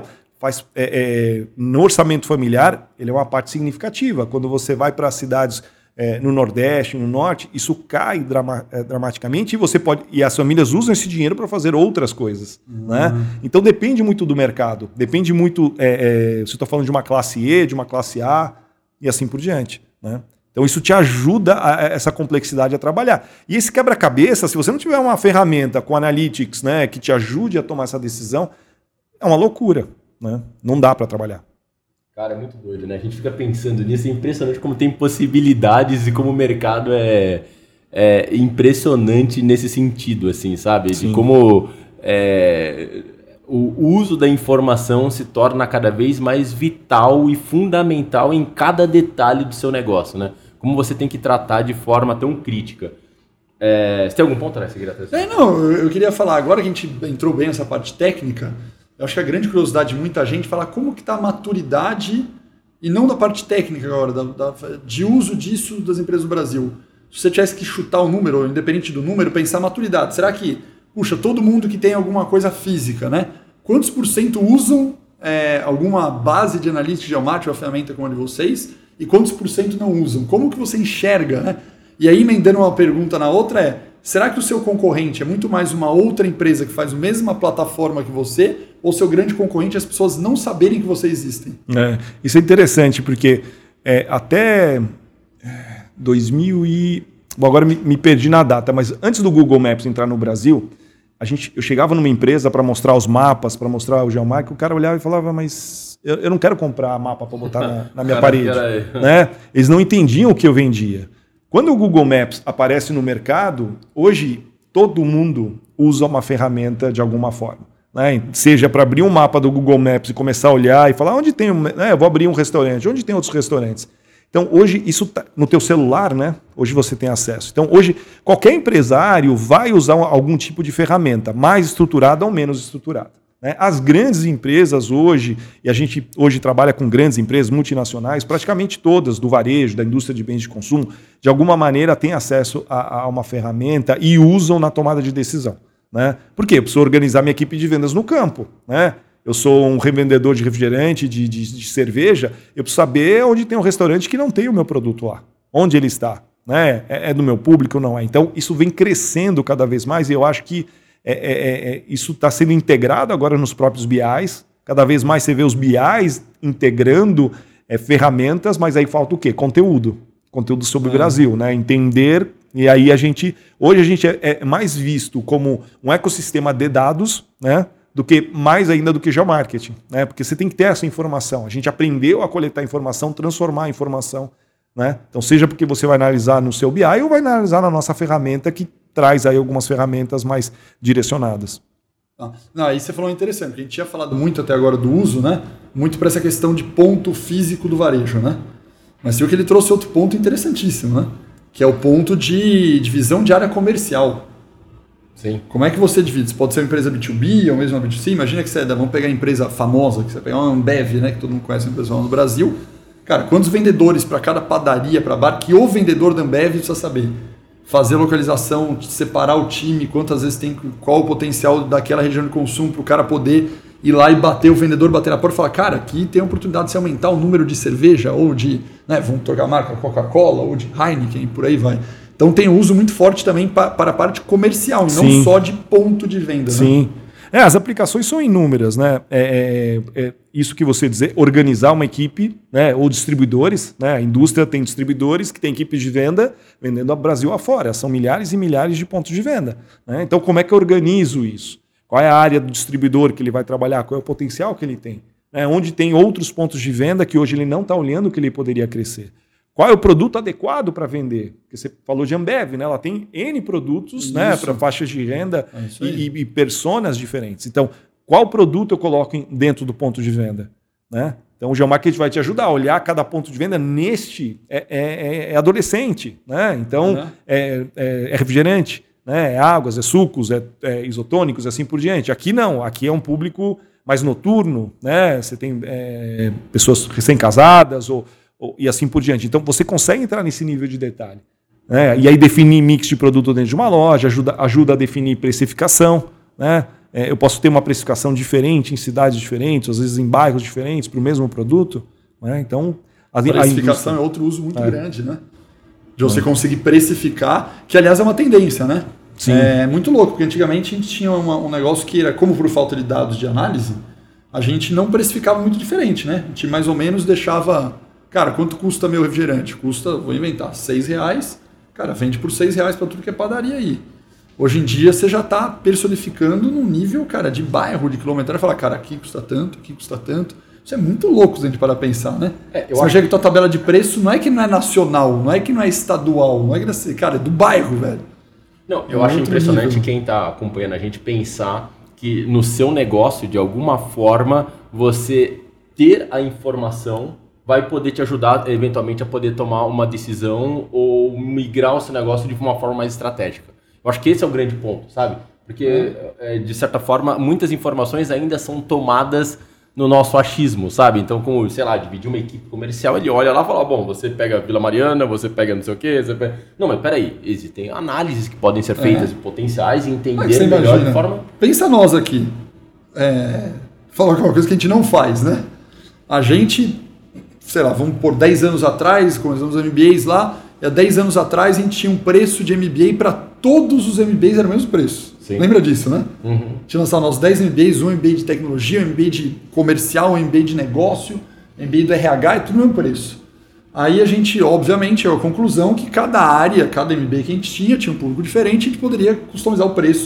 no orçamento familiar, ele é uma parte significativa. Quando você vai para cidades no Nordeste, no Norte, isso cai dramaticamente e as famílias usam esse dinheiro para fazer outras coisas. Né? Então depende muito do mercado, depende muito, você está falando de uma classe E, de uma classe A e assim por diante. Né? Então isso te ajuda essa complexidade a trabalhar. E esse quebra-cabeça, se você não tiver uma ferramenta com analytics, né, que te ajude a tomar essa decisão, é uma loucura. Né? Não dá para trabalhar. Cara, é muito doido, né? A gente fica pensando nisso, é impressionante como tem possibilidades e como o mercado é impressionante nesse sentido, assim, sabe? Sim. De como o uso da informação se torna cada vez mais vital e fundamental em cada detalhe do seu negócio, né? Como você tem que tratar de forma tão crítica. Você tem algum ponto, né? Você queria trazer? Não, eu queria falar, agora que a gente entrou bem nessa parte técnica, eu acho que a grande curiosidade de muita gente é falar como que está a maturidade, e não da parte técnica agora, de uso disso das empresas do Brasil. Se você tivesse que chutar o número, independente do número, pensar maturidade. Será que, todo mundo que tem alguma coisa física, né? Quantos % usam alguma base de analítica geomática, uma ferramenta como a de vocês, e quantos % não usam? Como que você enxerga, né? E aí, emendando uma pergunta na outra será que o seu concorrente é muito mais uma outra empresa que faz a mesma plataforma que você, ou seu grande concorrente é as pessoas não saberem que você existem? Isso é interessante, porque até 2000 Bom, agora me perdi na data, mas antes do Google Maps entrar no Brasil, eu chegava numa empresa para mostrar os mapas, para mostrar o geomarketing, o cara olhava e falava, mas eu não quero comprar mapa para botar na minha parede. Né? Eles não entendiam o que eu vendia. Quando o Google Maps aparece no mercado, hoje todo mundo usa uma ferramenta de alguma forma. Né? Seja para abrir um mapa do Google Maps e começar a olhar e falar, onde tem, eu vou abrir um restaurante, onde tem outros restaurantes? Então, hoje, isso tá no teu celular, né? Hoje você tem acesso. Então, hoje, qualquer empresário vai usar algum tipo de ferramenta, mais estruturada ou menos estruturada. Né? As grandes empresas hoje, e a gente hoje trabalha com grandes empresas multinacionais, praticamente todas do varejo, da indústria de bens de consumo, de alguma maneira têm acesso a uma ferramenta e usam na tomada de decisão. Né? Por quê? Eu preciso organizar minha equipe de vendas no campo. Né? Eu sou um revendedor de refrigerante, de cerveja, eu preciso saber onde tem um restaurante que não tem o meu produto lá. Onde ele está. Né? É do meu público ou não é? Então, isso vem crescendo cada vez mais e eu acho que isso está sendo integrado agora nos próprios BIs. Cada vez mais você vê os BIs integrando ferramentas, mas aí falta o quê? Conteúdo. Conteúdo sobre o Brasil. Né? Entender. E aí hoje a gente é mais visto como um ecossistema de dados, né? Mais ainda do que geomarketing, né? Porque você tem que ter essa informação. A gente aprendeu a coletar informação, transformar a informação, né? Então, seja porque você vai analisar no seu BI ou vai analisar na nossa ferramenta que traz aí algumas ferramentas mais direcionadas. Aí você falou interessante, porque a gente tinha falado muito até agora do uso, né? Muito para essa questão de ponto físico do varejo, né? Mas viu que ele trouxe outro ponto interessantíssimo, né? Que é o ponto de divisão de área comercial. Sim. Como é que você divide? Você pode ser uma empresa B2B ou mesmo uma B2C? Imagina que vamos pegar a empresa famosa, que você pegar uma Ambev, né, que todo mundo conhece, uma empresa famosa no Brasil. Cara, quantos vendedores para cada padaria, para bar, que o vendedor da Ambev precisa saber? Fazer localização, separar o time, quantas vezes tem, qual o potencial daquela região de consumo para o cara poder ir lá e bater, o vendedor bater na porta e falar, cara, aqui tem a oportunidade de se aumentar o número de cerveja ou de, né, vamos trocar a marca Coca-Cola ou de Heineken, por aí vai. Então tem uso muito forte também para a parte comercial, e não só de ponto de venda. Sim. Né? As aplicações são inúmeras. Né? Isso que você dizer, organizar uma equipe, né, ou distribuidores. Né? A indústria tem distribuidores que têm equipes de venda vendendo ao Brasil afora. São milhares e milhares de pontos de venda. Né? Então como é que eu organizo isso? Qual é a área do distribuidor que ele vai trabalhar? Qual é o potencial que ele tem? Né? Onde tem outros pontos de venda que hoje ele não está olhando que ele poderia crescer? Qual é o produto adequado para vender? Porque você falou de Ambev, né? Ela tem N produtos, né, para faixas de renda e personas diferentes. Então, qual produto eu coloco dentro do ponto de venda? Né? Então, o geomarketing vai te ajudar a olhar cada ponto de venda neste. É adolescente, né? Então, é refrigerante, né? É águas, é sucos, é isotônicos e assim por diante. Aqui não, aqui é um público mais noturno, né? Você tem pessoas recém-casadas e assim por diante. Então, você consegue entrar nesse nível de detalhe. Né? E aí definir mix de produto dentro de uma loja, ajuda a definir precificação. Né? Eu posso ter uma precificação diferente em cidades diferentes, às vezes em bairros diferentes, para o mesmo produto. Né? Então, a precificação é outro uso muito grande, né? De você conseguir precificar, que aliás é uma tendência, né? Sim. É muito louco, porque antigamente a gente tinha um negócio que era, como por falta de dados de análise, a gente não precificava muito diferente, né? A gente mais ou menos deixava... Cara, quanto custa meu refrigerante? Custa, vou inventar, R$6. Cara, vende por R$6 para tudo que é padaria aí. Hoje em dia você já está personificando num nível, cara, de bairro, de quilometragem. Fala, cara, aqui custa tanto, aqui custa tanto. Isso é muito louco se a gente parar pra pensar, né? Você acha que tua tabela de preço não é que não é nacional, não é que não é estadual, não é que cara, é do bairro, velho. Não, eu acho impressionante quem está acompanhando a gente pensar que no seu negócio, de alguma forma, você ter a informação vai poder te ajudar, eventualmente, a poder tomar uma decisão ou migrar o seu negócio de uma forma mais estratégica. Eu acho que esse é o grande ponto, sabe? Porque, de certa forma, muitas informações ainda são tomadas no nosso achismo, sabe? Então, como, sei lá, dividir uma equipe comercial, ele olha lá e fala, bom, você pega Vila Mariana, você pega não sei o quê, você pega... Não, mas peraí, existem análises que podem ser feitas, potenciais, e entender melhor de forma... Pensa nós aqui, falar alguma coisa que a gente não faz, né? A gente... sei lá, vamos por 10 anos atrás, começamos os MBAs lá, e há 10 anos atrás a gente tinha um preço de MBA para todos os MBAs, era o mesmo preço. Sim. Lembra disso, né? Uhum. Tinha lançado nossos 10 MBAs, um MBA de tecnologia, um MBA de comercial, um MBA de negócio, MBA do RH, é tudo o mesmo preço. Aí a gente, obviamente, é a conclusão que cada área, cada MBA que a gente tinha um público diferente, a gente poderia customizar o preço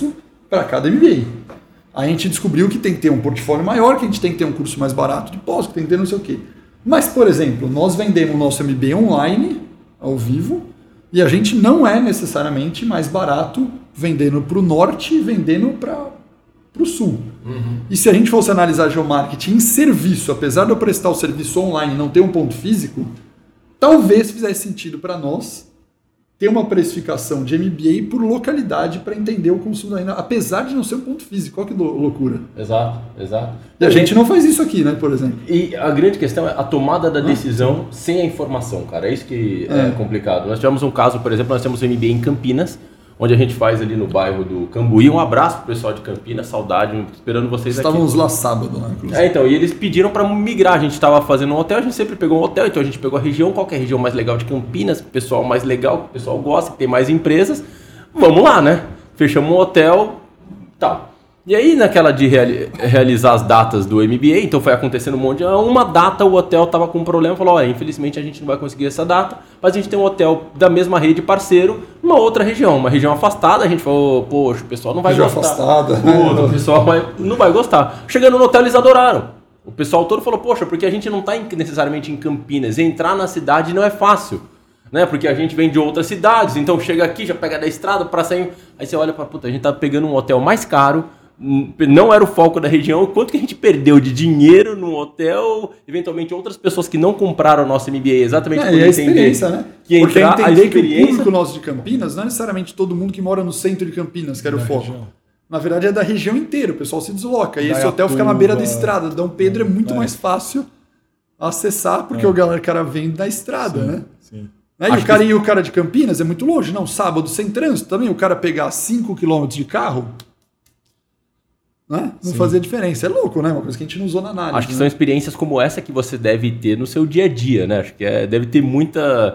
para cada MBA. A gente descobriu que tem que ter um portfólio maior, que a gente tem que ter um curso mais barato de pós, que tem que ter não sei o quê. Mas, por exemplo, nós vendemos o nosso MBA online, ao vivo, e a gente não é necessariamente mais barato vendendo para o norte e vendendo para o sul. E se a gente fosse analisar geomarketing em serviço, apesar de eu prestar o serviço online e não ter um ponto físico, talvez fizesse sentido para nós ter uma precificação de MBA por localidade para entender o consumo da renda, apesar de não ser um ponto físico. Olha que loucura. Exato. E a gente não faz isso aqui, né, por exemplo. E a grande questão é a tomada da decisão sem a informação, cara. É isso que é complicado. Nós tivemos um caso, por exemplo, nós temos um MBA em Campinas, onde a gente faz ali no bairro do Cambuí. Um abraço pro pessoal de Campinas, saudade, esperando vocês aqui. Estávamos lá sábado, né, inclusive. Então, e eles pediram para migrar. A gente estava fazendo um hotel, a gente sempre pegou um hotel, então a gente pegou a região, qual que é a região mais legal de Campinas, o pessoal mais legal, que o pessoal gosta, que tem mais empresas. Vamos lá, né? Fechamos um hotel, tal. E aí, naquela de realizar as datas do MBA, então foi acontecendo um monte de... Uma data o hotel estava com um problema, falou, olha, infelizmente a gente não vai conseguir essa data, mas a gente tem um hotel da mesma rede parceiro, numa outra região, uma região afastada, a gente falou, poxa, o pessoal não vai região gostar. Afastada. O pessoal não vai gostar. Chegando no hotel, eles adoraram. O pessoal todo falou, poxa, porque a gente não está necessariamente em Campinas, entrar na cidade não é fácil. Né? Porque a gente vem de outras cidades, então chega aqui, já pega da estrada para sair. Aí você olha para puta, a gente tá pegando um hotel mais caro, não era o foco da região, quanto que a gente perdeu de dinheiro no hotel, eventualmente outras pessoas que não compraram o nosso MBA exatamente por entender, experiência, né? Que porque entrar, entender que o público nosso de Campinas não é necessariamente todo mundo que mora no centro de Campinas, que era o foco. Região. Na verdade é da região inteira, o pessoal se desloca. E esse hotel fica na beira da estrada. Dom Pedro é muito mais fácil acessar, porque o cara vem da estrada, né? Sim. E o cara de Campinas é muito longe. Não, sábado sem trânsito também, o cara pegar 5 km de carro... Não fazia diferença. É louco, né? Uma coisa que a gente não usou na análise. Acho que são experiências como essa que você deve ter no seu dia a dia, né? Acho que deve ter muita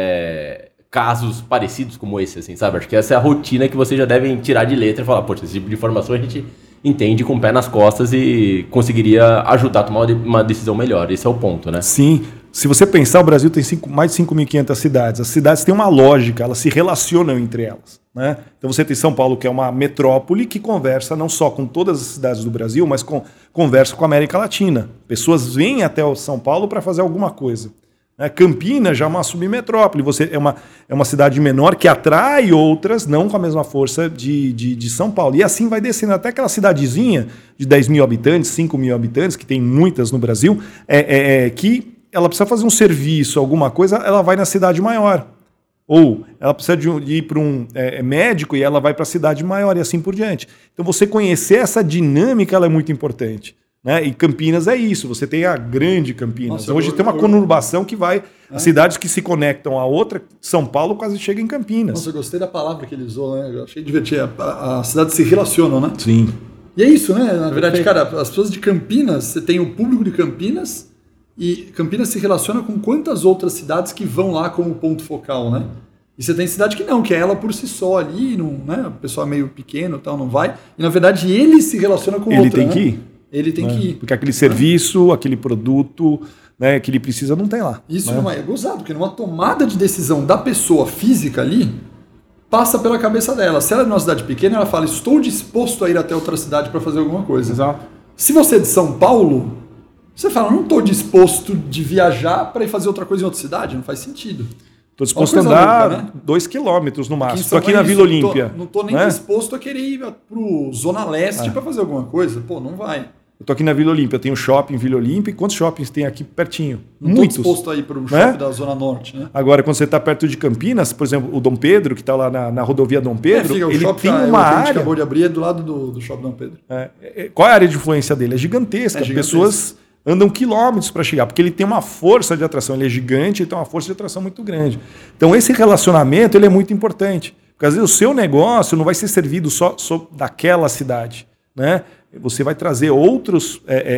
casos parecidos como esse, assim, sabe? Acho que essa é a rotina que vocês já devem tirar de letra e falar, poxa, esse tipo de informação a gente entende com o pé nas costas e conseguiria ajudar a tomar uma decisão melhor. Esse é o ponto, né? Sim. Se você pensar, o Brasil tem mais de 5.500 cidades. As cidades têm uma lógica, elas se relacionam entre elas. Né? Então você tem São Paulo, que é uma metrópole que conversa não só com todas as cidades do Brasil, mas conversa com a América Latina. Pessoas vêm até o São Paulo para fazer alguma coisa. Campinas já é uma submetrópole, é uma cidade menor que atrai outras, não com a mesma força de São Paulo. E assim vai descendo até aquela cidadezinha de 10 mil habitantes, 5 mil habitantes, que tem muitas no Brasil, que ela precisa fazer um serviço, alguma coisa, ela vai na cidade maior. Ou ela precisa de ir para um médico e ela vai para a cidade maior e assim por diante. Então você conhecer essa dinâmica ela é muito importante. Né? E Campinas é isso, você tem a grande Campinas. Nossa, hoje tem uma conurbação que vai... As cidades que se conectam a outra, São Paulo quase chega em Campinas. Nossa, eu gostei da palavra que ele usou, né? Eu achei divertido. As cidades se relacionam, né? Sim. E é isso, né? Na verdade, cara, as pessoas de Campinas, você tem o público de Campinas e Campinas se relaciona com quantas outras cidades que vão lá como ponto focal, né? E você tem cidade que não, que é ela por si só ali, não, né? O pessoal é meio pequeno e tal, não vai. E na verdade ele se relaciona com outra, Ele tem que ir. Ele tem que ir. Porque aquele serviço, aquele produto, né, que ele precisa não tem lá. Isso não é gozado, porque numa tomada de decisão da pessoa física ali, passa pela cabeça dela. Se ela é numa cidade pequena, ela fala, estou disposto a ir até outra cidade para fazer alguma coisa. Exato. Se você é de São Paulo, você fala, não estou disposto de viajar para ir fazer outra coisa em outra cidade, não faz sentido. Estou disposto a andar 2 quilômetros no máximo. Estou aqui na Vila Olímpia. Não estou nem disposto a querer ir para o Zona Leste para fazer alguma coisa. Pô, não vai. Eu estou aqui na Vila Olímpia, tenho shopping Vila Olímpia. E quantos shoppings tem aqui pertinho? Não estou disposto a ir para o shopping da Zona Norte. Né? Agora, quando você está perto de Campinas, por exemplo, o Dom Pedro, que está lá na rodovia Dom Pedro, ele tem uma área... que acabou de abrir é do lado do shopping Dom Pedro. Qual é a área de influência dele? É gigantesca. As pessoas andam quilômetros para chegar, porque ele tem uma força de atração. Ele é gigante, ele tem uma força de atração muito grande. Então, esse relacionamento ele é muito importante. Porque, às vezes, o seu negócio não vai ser servido só daquela cidade, né? Você vai trazer outros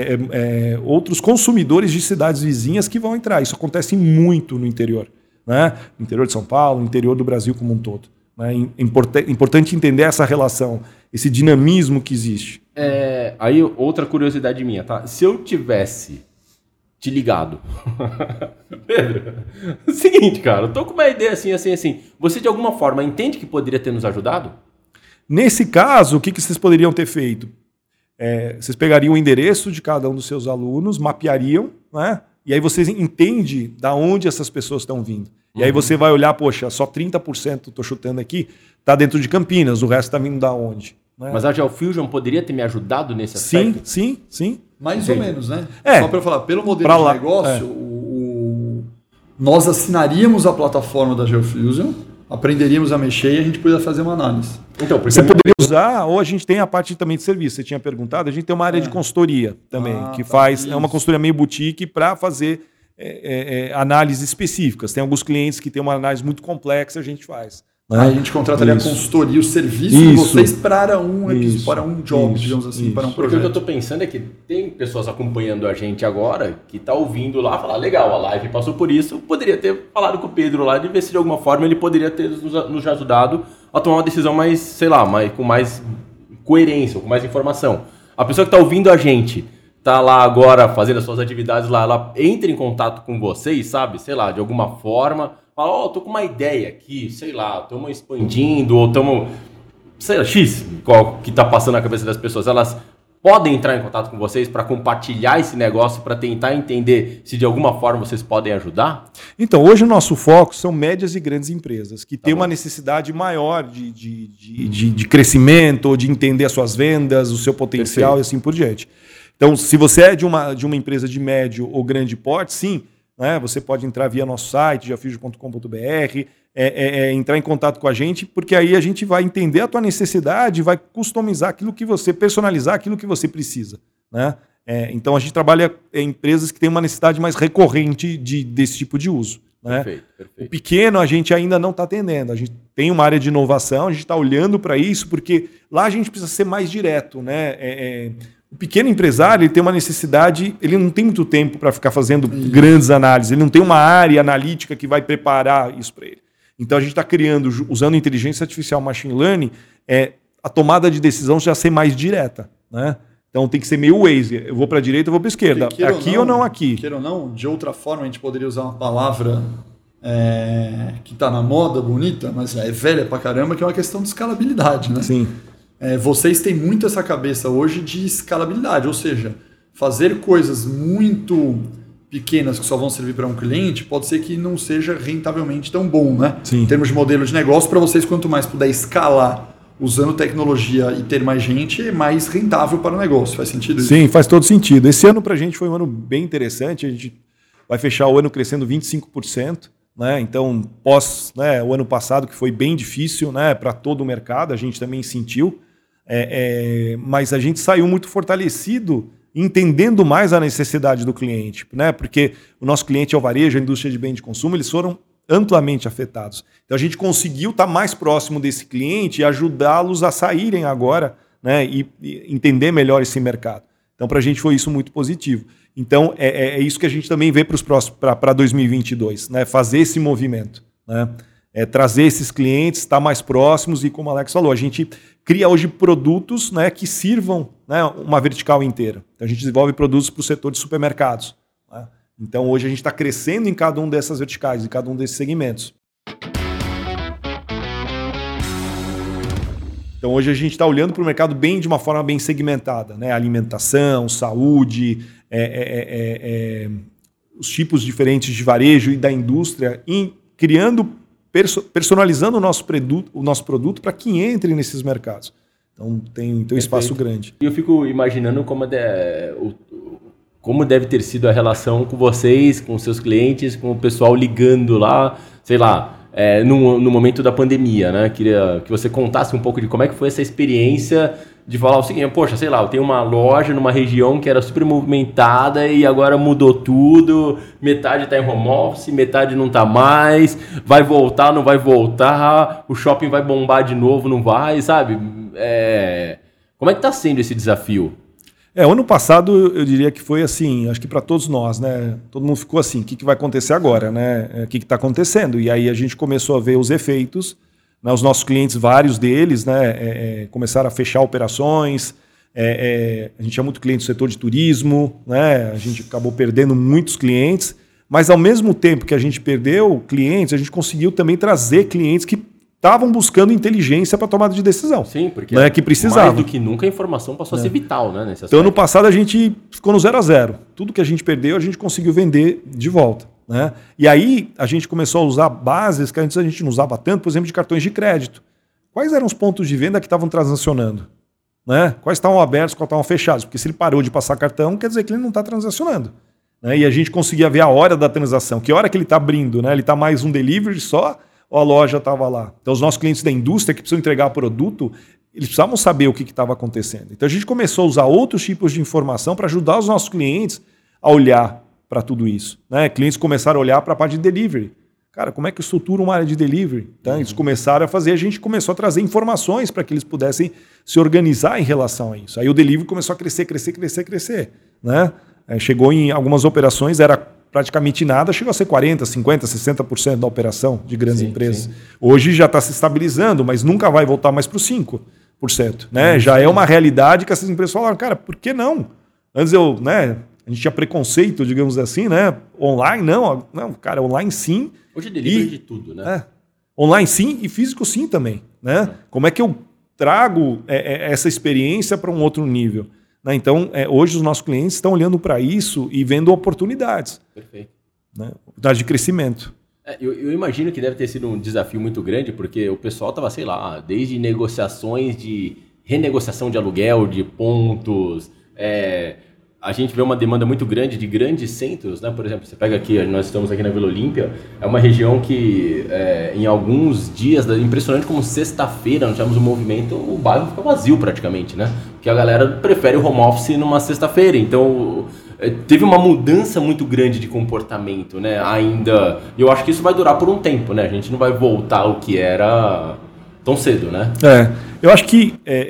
consumidores de cidades vizinhas que vão entrar. Isso acontece muito no interior, né? No interior de São Paulo, no interior do Brasil como um todo. É importante entender essa relação, esse dinamismo que existe. Aí outra curiosidade minha, tá? Se eu tivesse te ligado... Pedro, seguinte, cara, eu tô com uma ideia assim. Você de alguma forma entende que poderia ter nos ajudado? Nesse caso, o que vocês poderiam ter feito? Vocês pegariam o endereço de cada um dos seus alunos, mapeariam, né? E aí vocês entendem da onde essas pessoas estão vindo. E aí você vai olhar, poxa, só 30%, estou chutando aqui, está dentro de Campinas, o resto está vindo da onde? Né? Mas a GeoFusion poderia ter me ajudado nesse aspecto? Sim. Mais ou menos, né? É. Só para eu falar, pelo modelo de negócio, nós assinaríamos a plataforma da GeoFusion, aprenderíamos a mexer e a gente poderia fazer uma análise. Então, você poderia usar, ou a gente tem a parte também de serviço, você tinha perguntado, a gente tem uma área de consultoria também, que faz, é uma consultoria meio boutique para fazer análises específicas. Tem alguns clientes que têm uma análise muito complexa, a gente faz. Né? Aí a gente contrataria a consultoria, o serviço de vocês para um job, digamos assim, para um projeto. Porque o que eu estou pensando é que tem pessoas acompanhando a gente agora que tá ouvindo lá falar, legal, a live passou por isso, poderia ter falado com o Pedro lá de ver se de alguma forma ele poderia ter nos ajudado a tomar uma decisão mais, sei lá, com mais coerência, com mais informação. A pessoa que está ouvindo a gente tá lá agora fazendo as suas atividades lá, ela entra em contato com vocês, sabe? Sei lá, de alguma forma, fala, tô com uma ideia aqui, sei lá, estamos expandindo, ou estamos, sei lá, X, qual que tá passando na cabeça das pessoas, elas podem entrar em contato com vocês para compartilhar esse negócio, para tentar entender se de alguma forma vocês podem ajudar? Então, hoje o nosso foco são médias e grandes empresas que têm uma necessidade maior de crescimento, ou de entender as suas vendas, o seu potencial. Perfeito. E assim por diante. Então, se você é de uma empresa de médio ou grande porte, sim, né, você pode entrar via nosso site, geofusion.com.br, entrar em contato com a gente, porque aí a gente vai entender a tua necessidade, vai customizar aquilo que você, personalizar aquilo que você precisa. Né? Então, a gente trabalha em empresas que têm uma necessidade mais recorrente desse tipo de uso. Né? Perfeito. O pequeno a gente ainda não está atendendo. A gente tem uma área de inovação, a gente está olhando para isso, porque lá a gente precisa ser mais direto. Né? O pequeno empresário ele tem uma necessidade, ele não tem muito tempo para ficar fazendo grandes análises, ele não tem uma área analítica que vai preparar isso para ele. Então a gente está criando, usando inteligência artificial, machine learning, a tomada de decisão já ser mais direta. Né? Então tem que ser meio Waze, eu vou para a direita, eu vou para a esquerda, aqui ou não aqui. Queira ou não, de outra forma a gente poderia usar uma palavra que está na moda, bonita, mas é velha pra caramba, que é uma questão de escalabilidade. Né? Sim. Vocês têm muito essa cabeça hoje de escalabilidade, ou seja, fazer coisas muito pequenas que só vão servir para um cliente pode ser que não seja rentavelmente tão bom, né? Sim. Em termos de modelo de negócio, para vocês, quanto mais puder escalar usando tecnologia e ter mais gente, é mais rentável para o negócio. Faz sentido isso? Sim, faz todo sentido. Esse ano para a gente foi um ano bem interessante, a gente vai fechar o ano crescendo 25%. Né? Então, o ano passado, que foi bem difícil, né, para todo o mercado, a gente também sentiu, mas a gente saiu muito fortalecido, entendendo mais a necessidade do cliente, né? Porque o nosso cliente é o varejo, a indústria de bem de consumo, eles foram amplamente afetados. Então, a gente conseguiu estar mais próximo desse cliente e ajudá-los a saírem agora, né, e entender melhor esse mercado. Então, para a gente foi isso muito positivo. Então, é isso que a gente também vê para 2022, né? Fazer esse movimento, né? Trazer esses clientes, estar mais próximos e, como o Alex falou, a gente cria hoje produtos, né, que sirvam, né, uma vertical inteira. Então, a gente desenvolve produtos para o setor de supermercados. Né? Então, hoje a gente está crescendo em cada um dessas verticais, em cada um desses segmentos. Então, hoje a gente está olhando para o mercado de uma forma bem segmentada, né? Alimentação, saúde, os tipos diferentes de varejo e da indústria, personalizando o nosso produto para que entre nesses mercados. Então, tem um espaço grande. E eu fico imaginando como deve ter sido a relação com vocês, com seus clientes, com o pessoal ligando lá, sei lá, no momento da pandemia, né? Queria que você contasse um pouco de como é que foi essa experiência de falar o seguinte, poxa, sei lá, eu tenho uma loja numa região que era super movimentada e agora mudou tudo, metade está em home office, metade não está mais, vai voltar, não vai voltar, o shopping vai bombar de novo, não vai, sabe? Como é que está sendo esse desafio? O ano passado eu diria que foi assim, acho que para todos nós, né? Todo mundo ficou assim, o que vai acontecer agora, né? O que está acontecendo? E aí a gente começou a ver os efeitos, né? Os nossos clientes, vários deles, né, começaram a fechar operações, a gente tinha muito cliente do setor de turismo, né? A gente acabou perdendo muitos clientes, mas ao mesmo tempo que a gente perdeu clientes, a gente conseguiu também trazer clientes que estavam buscando inteligência para tomada de decisão. Sim, porque né, que precisavam. mais do que nunca a informação passou a ser vital, né? Nesse aspecto. Então, ano passado, a gente ficou no 0-0. Tudo que a gente perdeu, a gente conseguiu vender de volta. Né? E aí, a gente começou a usar bases que antes a gente não usava tanto, por exemplo, de cartões de crédito. Quais eram os pontos de venda que estavam transacionando? Né? Quais estavam abertos, quais estavam fechados? Porque se ele parou de passar cartão, quer dizer que ele não está transacionando. Né? E a gente conseguia ver a hora da transação, que hora que ele está abrindo, né? Ele está mais um delivery só ou a loja estava lá? Então os nossos clientes da indústria que precisam entregar produto, eles precisavam saber o que estava acontecendo. Então a gente começou a usar outros tipos de informação para ajudar os nossos clientes a olhar para tudo isso. Né? Clientes começaram a olhar para a parte de delivery. Cara, como é que eu estruturo uma área de delivery? Então, eles começaram a fazer, a gente começou a trazer informações para que eles pudessem se organizar em relação a isso. Aí o delivery começou a crescer. Né? Chegou em algumas operações, era praticamente nada, chegou a ser 40%, 50%, 60% da operação de grandes empresas. Sim. Hoje já está se estabilizando, mas nunca vai voltar mais para os 5%. Né? Já é uma realidade que essas empresas falaram, cara, por que não? Antes a gente tinha preconceito, digamos assim, né? Online, não, cara, online sim. Hoje é delivery de tudo, né? Online sim e físico sim também, né? Como é que eu trago essa experiência para um outro nível? Né? Então, hoje os nossos clientes estão olhando para isso e vendo oportunidades. Perfeito. Né? Oportunidades de crescimento. Eu imagino que deve ter sido um desafio muito grande, porque o pessoal estava, sei lá, desde negociações de renegociação de aluguel, de pontos, a gente vê uma demanda muito grande de grandes centros, né? Por exemplo, você pega aqui, nós estamos aqui na Vila Olímpia, é uma região que em alguns dias, impressionante como sexta-feira, nós tivemos um movimento, o bairro fica vazio praticamente, né? Porque a galera prefere o home office numa sexta-feira, então teve uma mudança muito grande de comportamento, né? Ainda, e eu acho que isso vai durar por um tempo, né? A gente não vai voltar ao que era tão cedo, né? Eu acho que,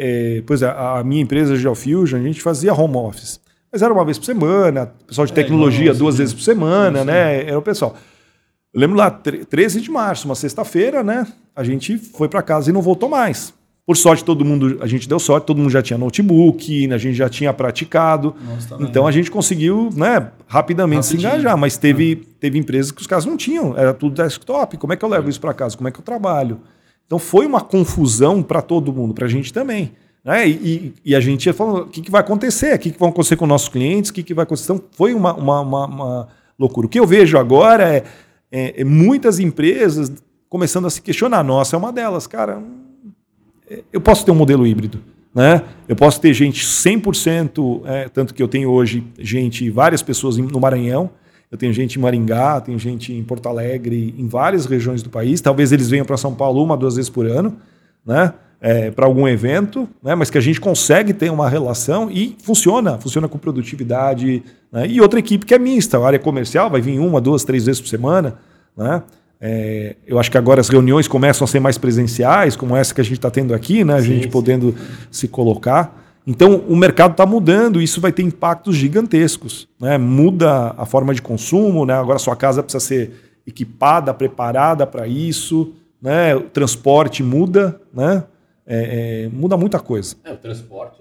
a minha empresa, Geofusion, a gente fazia home office. Mas era uma vez por semana, pessoal de tecnologia 2 vezes por semana, né? Era o pessoal. Eu lembro lá, 13 de março, uma sexta-feira, né? A gente foi para casa e não voltou mais. Por sorte, a gente deu sorte, todo mundo já tinha notebook, a gente já tinha praticado. Então a gente conseguiu, né, rapidinho se engajar, mas teve empresas que os caras não tinham, era tudo desktop. Como é que eu levo isso para casa? Como é que eu trabalho? Então foi uma confusão para todo mundo, para a gente também. E a gente ia falando, o que vai acontecer? O que vai acontecer com nossos clientes? O que vai acontecer? Então, foi uma loucura. O que eu vejo agora é muitas empresas começando a se questionar. Nossa, é uma delas. Cara, eu posso ter um modelo híbrido. Né? Eu posso ter gente 100%, tanto que eu tenho hoje várias pessoas no Maranhão, eu tenho gente em Maringá, tenho gente em Porto Alegre, em várias regiões do país. Talvez eles venham para São Paulo 1, 2 vezes por ano, né? Para algum evento, né? Mas que a gente consegue ter uma relação e funciona com produtividade, né? E outra equipe que é mista, a área comercial vai vir 1, 2, 3 vezes por semana, né? Eu acho que agora as reuniões começam a ser mais presenciais, como essa que a gente está tendo aqui, né? A gente podendo se colocar. Então o mercado está mudando e isso vai ter impactos gigantescos, né? Muda a forma de consumo, né? Agora a sua casa precisa ser equipada, preparada para isso, né? O transporte muda, né? Muda muita coisa. O transporte,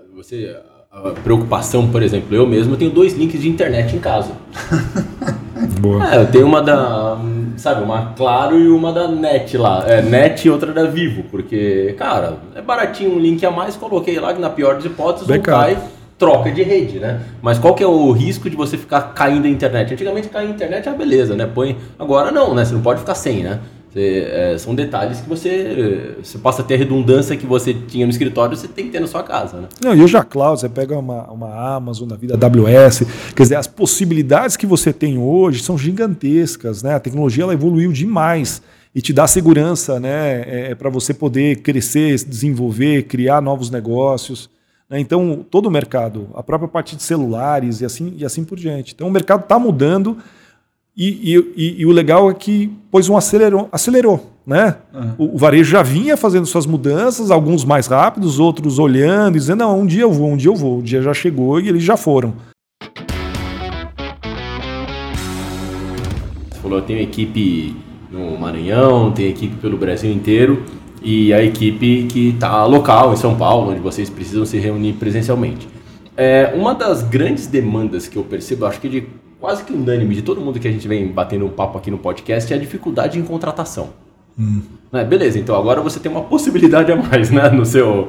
a preocupação, por exemplo, eu mesmo tenho 2 links de internet em casa. Boa. Eu tenho uma uma Claro e uma da NET lá. NET e outra da Vivo, porque, cara, é baratinho um link a mais, coloquei lá que na pior das hipóteses não cai, troca de rede, né? Mas qual que é o risco de você ficar caindo a internet? Antigamente cair a internet beleza, né? Agora não, né? Você não pode ficar sem, né? São detalhes que você passa a ter a redundância que você tinha no escritório, você tem que ter na sua casa, né? Não, e hoje a cloud, você pega uma Amazon da vida, AWS, quer dizer, as possibilidades que você tem hoje são gigantescas, né? A tecnologia ela evoluiu demais e te dá segurança, né? Para você poder crescer, desenvolver, criar novos negócios. Né? Então, todo o mercado, a própria parte de celulares e assim por diante. Então, o mercado está mudando. E o legal é que acelerou, né? O varejo já vinha fazendo suas mudanças, alguns mais rápidos, outros olhando e dizendo, não, um dia eu vou, o dia já chegou e eles já foram. Você falou, eu tenho equipe no Maranhão, tenho equipe pelo Brasil inteiro e a equipe que está local em São Paulo, onde vocês precisam se reunir presencialmente. Uma das grandes demandas que eu percebo, acho que quase que unânime de todo mundo que a gente vem batendo um papo aqui no podcast, é a dificuldade em contratação. Né? Beleza, então agora você tem uma possibilidade a mais, né? No seu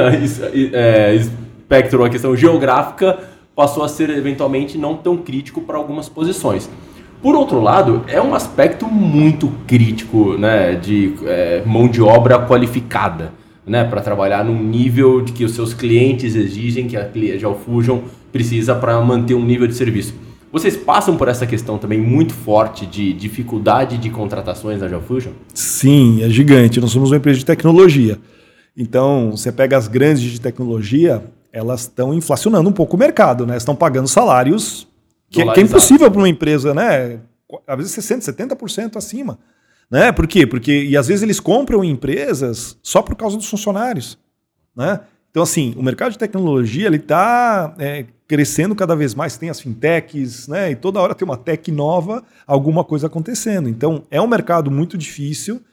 espectro, a questão geográfica passou a ser eventualmente não tão crítico para algumas posições. Por outro lado, é um aspecto muito crítico, né, de mão de obra qualificada, né, para trabalhar num nível de que os seus clientes exigem, que a Geofusion precisa para manter um nível de serviço. Vocês passam por essa questão também muito forte de dificuldade de contratações na Geofusion? Sim, é gigante. Nós somos uma empresa de tecnologia. Então, você pega as grandes de tecnologia, elas estão inflacionando um pouco o mercado, né? Estão pagando salários que é impossível para uma empresa, né? Às vezes 60%, 70% acima. Né? Por quê? E às vezes eles compram empresas só por causa dos funcionários. Né? Então, assim, o mercado de tecnologia está crescendo cada vez mais. Tem as fintechs, né? E toda hora tem uma tech nova, alguma coisa acontecendo. Então, é um mercado muito difícil.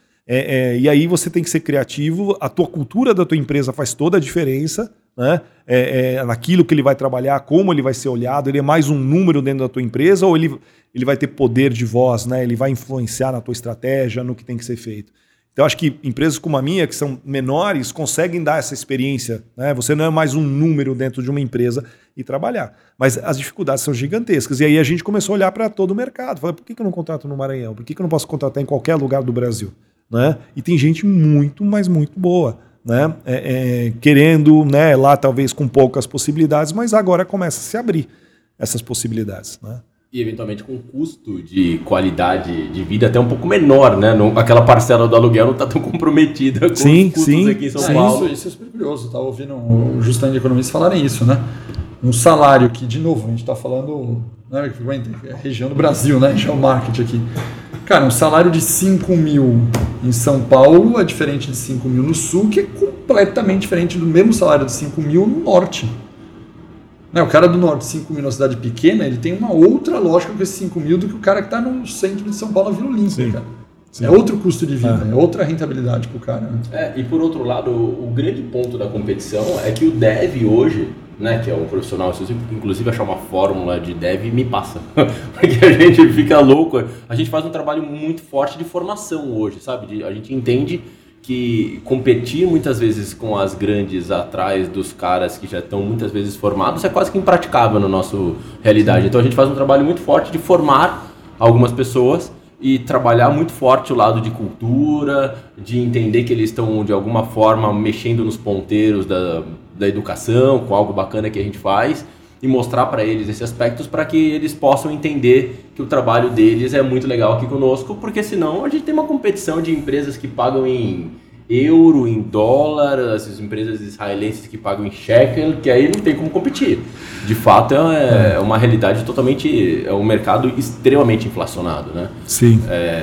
E aí você tem que ser criativo. A tua cultura da tua empresa faz toda a diferença. Né? Naquilo que ele vai trabalhar, como ele vai ser olhado, ele é mais um número dentro da tua empresa ou ele vai ter poder de voz, né? Ele vai influenciar na tua estratégia, no que tem que ser feito. Então, acho que empresas como a minha, que são menores, conseguem dar essa experiência. Né? Você não é mais um número dentro de uma empresa e trabalhar. Mas as dificuldades são gigantescas. E aí a gente começou a olhar para todo o mercado. Falei, por que eu não contrato no Maranhão? Por que eu não posso contratar em qualquer lugar do Brasil? Né? E tem gente muito, mas muito boa. Né? Querendo, né, lá talvez com poucas possibilidades, mas agora começa a se abrir essas possibilidades. Né? E eventualmente com um custo de qualidade de vida até um pouco menor, né? Aquela parcela do aluguel não está tão comprometida com os custos aqui em São Paulo. Isso é super curioso. Eu estava ouvindo o Justamente de Economistas falarem isso, né? Um salário que, de novo, a gente está falando, né, região do Brasil, né? Geomarket aqui. Cara, um salário de 5 mil em São Paulo é diferente de 5 mil no Sul, que é completamente diferente do mesmo salário de 5 mil no Norte. Né, o cara do Norte, 5 mil na cidade pequena, ele tem uma outra lógica com esses 5 mil do que o cara que está no centro de São Paulo, na Vila Olímpia, cara. Sim. É outro custo de vida, é outra rentabilidade para o cara. Né? E por outro lado, o grande ponto da competição é que o dev hoje, né, que é um profissional, se você inclusive achar uma fórmula de dev, me passa. Porque a gente fica louco. A gente faz um trabalho muito forte de formação hoje, sabe? A gente entende que competir muitas vezes com as grandes atrás dos caras que já estão muitas vezes formados é quase que impraticável na nossa realidade. Sim. Então a gente faz um trabalho muito forte de formar algumas pessoas e trabalhar muito forte o lado de cultura, de entender que eles estão de alguma forma mexendo nos ponteiros da educação, com algo bacana que a gente faz, e mostrar para eles esses aspectos para que eles possam entender que o trabalho deles é muito legal aqui conosco, porque senão a gente tem uma competição de empresas que pagam em euro, em dólar, essas empresas israelenses que pagam em shekel, que aí não tem como competir. De fato, é uma realidade totalmente, é um mercado extremamente inflacionado, né? Sim.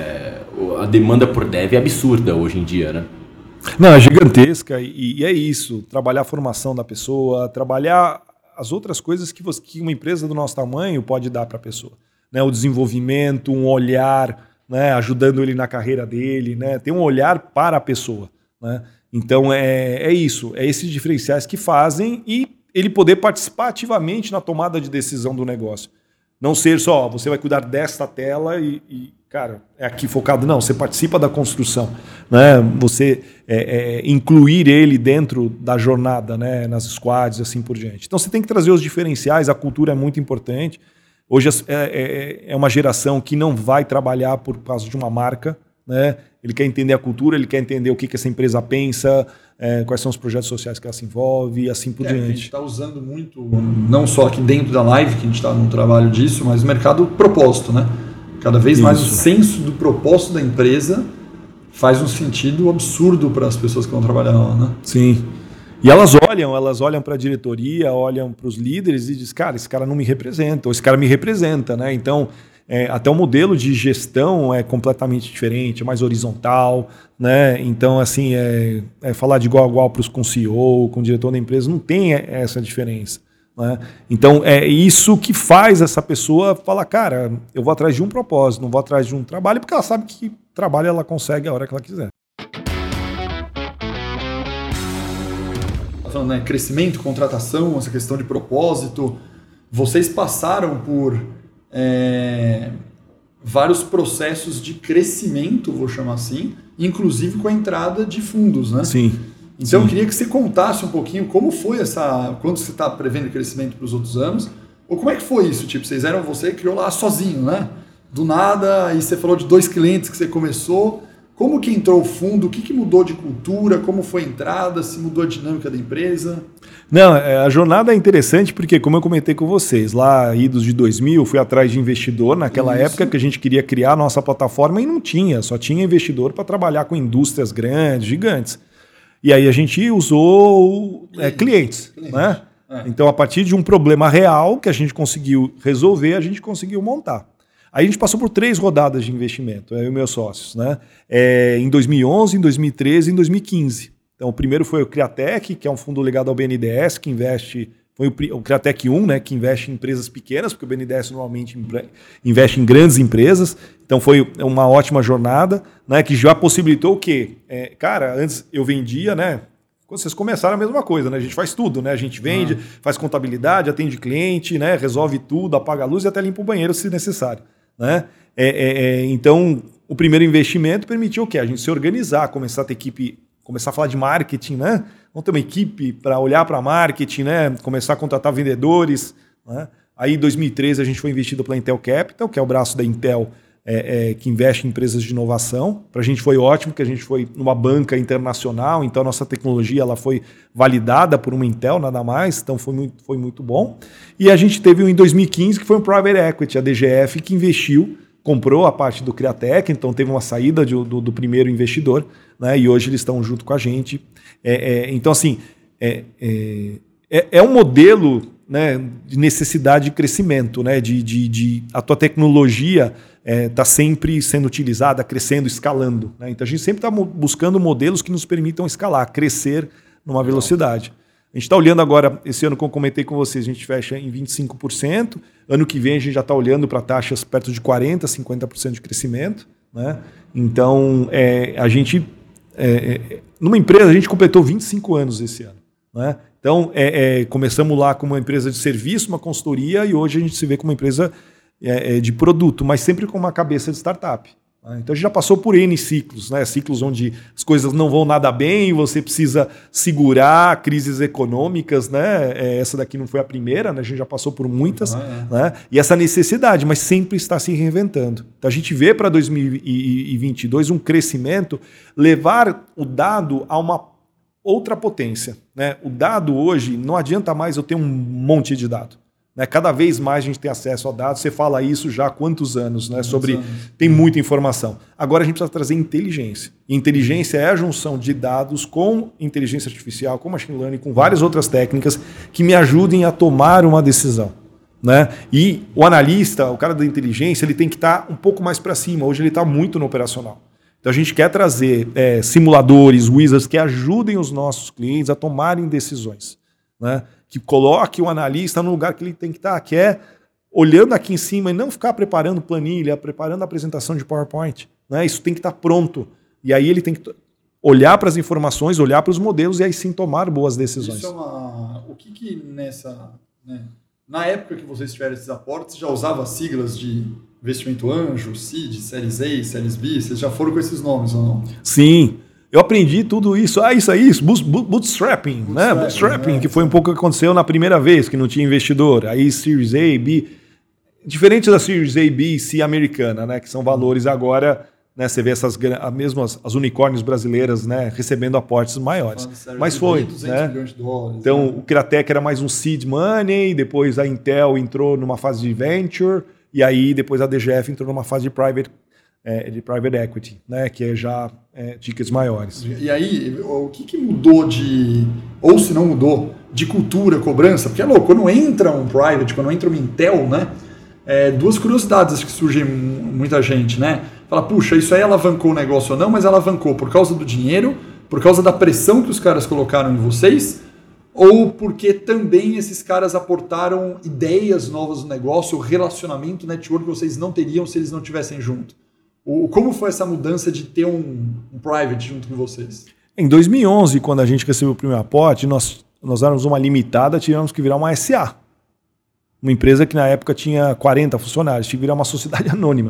A demanda por dev é absurda hoje em dia, né? Não, é gigantesca e é isso, trabalhar a formação da pessoa, trabalhar as outras coisas que uma empresa do nosso tamanho pode dar para a pessoa. Né? O desenvolvimento, um olhar, né? Ajudando ele na carreira dele, né? Ter um olhar para a pessoa. Né? Então é isso, é esses diferenciais que fazem e ele poder participar ativamente na tomada de decisão do negócio. Não ser só, você vai cuidar desta tela e cara, é aqui focado. Não, você participa da construção, né? Você incluir ele dentro da jornada, né? Nas squads e assim por diante. Então você tem que trazer os diferenciais, a cultura é muito importante. Hoje é uma geração que não vai trabalhar por causa de uma marca, né? Ele quer entender a cultura, ele quer entender o que essa empresa pensa, quais são os projetos sociais que ela se envolve e assim por diante. A gente está usando muito, não só aqui dentro da live, que a gente está no trabalho disso, mas o mercado propósito, né? Cada vez mais o senso do propósito da empresa faz um sentido absurdo para as pessoas que vão trabalhar lá, né? Sim. E elas olham para a diretoria, olham para os líderes e dizem, cara, esse cara não me representa, ou esse cara me representa, né? Então, até o modelo de gestão é completamente diferente, é mais horizontal, né? Então, assim, falar de igual a igual com o CEO, com o diretor da empresa, não tem essa diferença. Né? Então, é isso que faz essa pessoa falar, cara, eu vou atrás de um propósito, não vou atrás de um trabalho, porque ela sabe que trabalho ela consegue a hora que ela quiser. Falando, né, crescimento, contratação, essa questão de propósito, vocês passaram por vários processos de crescimento, vou chamar assim, inclusive com a entrada de fundos, né? Sim. Então eu queria que você contasse um pouquinho como foi quando você está prevendo crescimento para os outros anos, ou como é que foi isso? Tipo, você criou lá sozinho, né? Do nada, e você falou de 2 clientes que você começou. Como que entrou o fundo? O que mudou de cultura? Como foi a entrada? Se mudou a dinâmica da empresa? Não, a jornada é interessante porque, como eu comentei com vocês, lá idos de 2000, eu fui atrás de investidor naquela época que a gente queria criar a nossa plataforma e não tinha, só tinha investidor para trabalhar com indústrias grandes, gigantes. E aí a gente usou clientes. Né? Então, a partir de um problema real que a gente conseguiu resolver, a gente conseguiu montar. Aí a gente passou por 3 rodadas de investimento, eu e meus sócios, né? Em 2011, em 2013 e em 2015. Então, o primeiro foi o Criatec, que é um fundo ligado ao BNDES, que investe... Foi o Criatec 1, né, que investe em empresas pequenas, porque o BNDES normalmente investe em grandes empresas. Então, foi uma ótima jornada, né, que já possibilitou o quê? Cara, antes eu vendia, né? Quando vocês começaram a mesma coisa, né? A gente faz tudo, né? A gente vende, faz contabilidade, atende cliente, né? Resolve tudo, apaga a luz e até limpa o banheiro se necessário. Né? Então, o primeiro investimento permitiu o quê? A gente se organizar, começar a ter equipe, começar a falar de marketing, né? Vamos ter uma equipe para olhar para marketing, né? Começar a contratar vendedores. Né? Aí, em 2013, a gente foi investido pela Intel Capital, que é o braço da Intel, que investe em empresas de inovação. Para a gente foi ótimo, porque a gente foi numa banca internacional, então a nossa tecnologia ela foi validada por uma Intel, nada mais, então foi muito bom. E a gente teve em 2015, que foi um Private Equity, a DGF, que investiu, comprou a parte do Criatec, então teve uma saída do primeiro investidor, né, e hoje eles estão junto com a gente. Então, assim, é um modelo, né, de necessidade de crescimento, né, a tua tecnologia está sempre sendo utilizada, crescendo, escalando. Né? Então a gente sempre está buscando modelos que nos permitam escalar, crescer numa velocidade. A gente está olhando agora, esse ano, como eu comentei com vocês, a gente fecha em 25%. Ano que vem a gente já está olhando para taxas perto de 40%, 50% de crescimento. Né? Então, a gente, numa empresa, a gente completou 25 anos esse ano. Né? Então, começamos lá com uma empresa de serviço, uma consultoria, e hoje a gente se vê como uma empresa de produto, mas sempre com uma cabeça de startup. Né? Então a gente já passou por N ciclos, né? Ciclos onde as coisas não vão nada bem, você precisa segurar crises econômicas, né? Essa daqui não foi a primeira, né? A gente já passou por muitas, né? E essa necessidade, mas sempre está se reinventando. Então a gente vê para 2022 um crescimento, levar o dado a uma outra potência. Né? O dado hoje, não adianta mais eu ter um monte de dado. Né? Cada vez mais a gente tem acesso a dados, você fala isso já há quantos anos, né? Tem muita informação. Agora a gente precisa trazer inteligência. E inteligência é a junção de dados com inteligência artificial, com machine learning, com várias outras técnicas que me ajudem a tomar uma decisão. Né? E o analista, o cara da inteligência, ele tem que estar um pouco mais para cima. Hoje ele está muito no operacional. Então a gente quer trazer simuladores, wizards que ajudem os nossos clientes a tomarem decisões. Né? Que coloque o analista no lugar que ele tem que estar, que é olhando aqui em cima e não ficar preparando planilha, preparando a apresentação de PowerPoint. Né? Isso tem que estar pronto. E aí ele tem que olhar para as informações, olhar para os modelos e aí sim tomar boas decisões. Isso o que nessa... Né? Na época que vocês tiveram esses aportes, já usava siglas de investimento anjo, seed, séries A, séries B? Vocês já foram com esses nomes ou não? Sim. Eu aprendi tudo isso. Bootstrapping, né? Bootstrapping, que foi um pouco o que aconteceu na primeira vez, que não tinha investidor. Aí Series A, B. Diferente da Series A, B e C americana, né? Que são valores agora, né? Você vê as unicórnios brasileiras, né? Recebendo aportes maiores. Mas foi. 200 né? milhões de dólares. Então, né? O Criatec era mais um seed money, depois a Intel entrou numa fase de venture, e aí depois a DGF entrou numa fase de private equity, né, que é já tickets maiores. E aí, o que mudou ou se não mudou, de cultura, cobrança? Porque é louco, quando entra um private, quando entra uma Intel, né, duas curiosidades que surgem muita gente, né? Fala, puxa, isso aí alavancou o negócio ou não, mas alavancou por causa do dinheiro, por causa da pressão que os caras colocaram em vocês, ou porque também esses caras aportaram ideias novas no negócio, o relacionamento, network que vocês não teriam se eles não estivessem junto? Como foi essa mudança de ter um private junto com vocês? Em 2011, quando a gente recebeu o primeiro aporte, nós éramos uma limitada, tivemos que virar uma SA. Uma empresa que na época tinha 40 funcionários, tinha que virar uma sociedade anônima.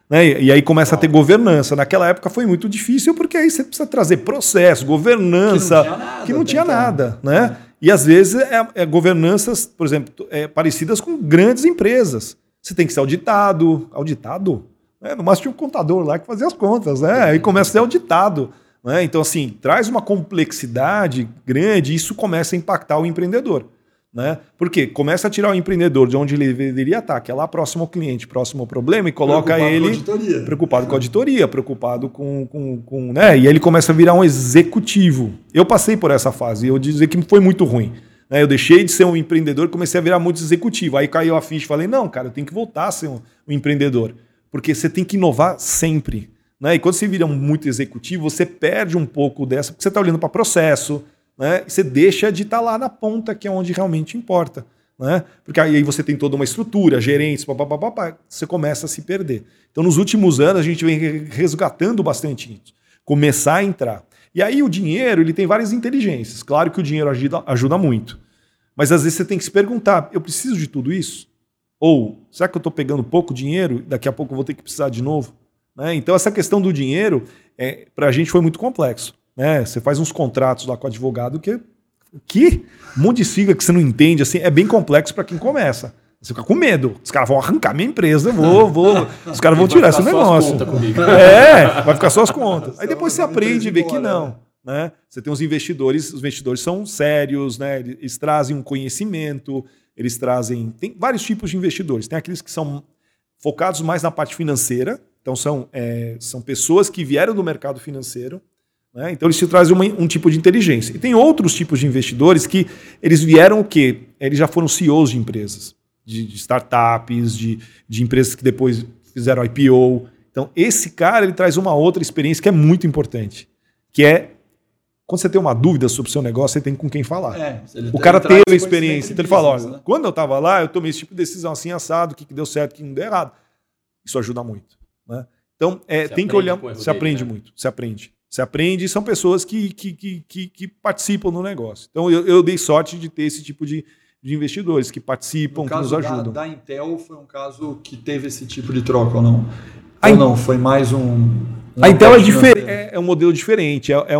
Né? E aí começa a ter governança. Naquela época foi muito difícil, porque aí você precisa trazer processo, governança, que não tinha nada. Né? E às vezes governanças, por exemplo, parecidas com grandes empresas. Você tem que ser auditado. Auditado? No máximo tinha um contador lá que fazia as contas. Né? Aí começa a ser auditado. Né? Então, assim, traz uma complexidade grande e isso começa a impactar o empreendedor. Né? Porque começa a tirar o empreendedor de onde ele deveria estar, que é lá próximo ao cliente, próximo ao problema, e coloca ele preocupado com a auditoria, preocupado com né? E aí ele começa a virar um executivo. Eu passei por essa fase e eu dizer que foi muito ruim. Né? Eu deixei de ser um empreendedor e comecei a virar muito executivo. Aí caiu a ficha e falei, não, cara, eu tenho que voltar a ser um empreendedor. Porque você tem que inovar sempre. Né? E quando você vira muito executivo, você perde um pouco dessa, porque você está olhando para processo, né? Você deixa de estar lá na ponta, que é onde realmente importa. Né? Porque aí você tem toda uma estrutura, gerentes, você começa a se perder. Então, nos últimos anos, a gente vem resgatando bastante isso. Começar a entrar. E aí o dinheiro ele tem várias inteligências. Claro que o dinheiro ajuda muito. Mas às vezes você tem que se perguntar, eu preciso de tudo isso? Ou, será que eu estou pegando pouco dinheiro e daqui a pouco eu vou ter que precisar de novo? Né? Então, essa questão do dinheiro, para a gente foi muito complexo. Né? Você faz uns contratos lá com o advogado que modifica, que você não entende, assim, é bem complexo para quem começa. Você fica com medo. Os caras vão arrancar minha empresa, os caras vão tirar esse negócio. Vai ficar só as contas. Aí depois você aprende e vê que não. Né? Você tem os investidores são sérios, né? Eles trazem um conhecimento, eles trazem... Tem vários tipos de investidores. Tem aqueles que são focados mais na parte financeira, então são pessoas que vieram do mercado financeiro. Né? Então eles te trazem um tipo de inteligência. E tem outros tipos de investidores que eles vieram o quê? Eles já foram CEOs de empresas, de startups, de empresas que depois fizeram IPO. Então esse cara ele traz uma outra experiência que é muito importante, que é quando você tem uma dúvida sobre o seu negócio, você tem com quem falar. O cara teve a experiência. Então ele fala, olha, né? Quando eu estava lá, eu tomei esse tipo de decisão assim, assado, o que deu certo, o que não deu errado. Isso ajuda muito. Né? Então tem que olhar, você aprende muito, você aprende e são pessoas que participam do negócio. Então eu dei sorte de ter esse tipo de investidores que participam, que nos ajudam. Da Intel foi um caso que teve esse tipo de troca ou não? Ou não, foi mais a Intel é um modelo diferente, é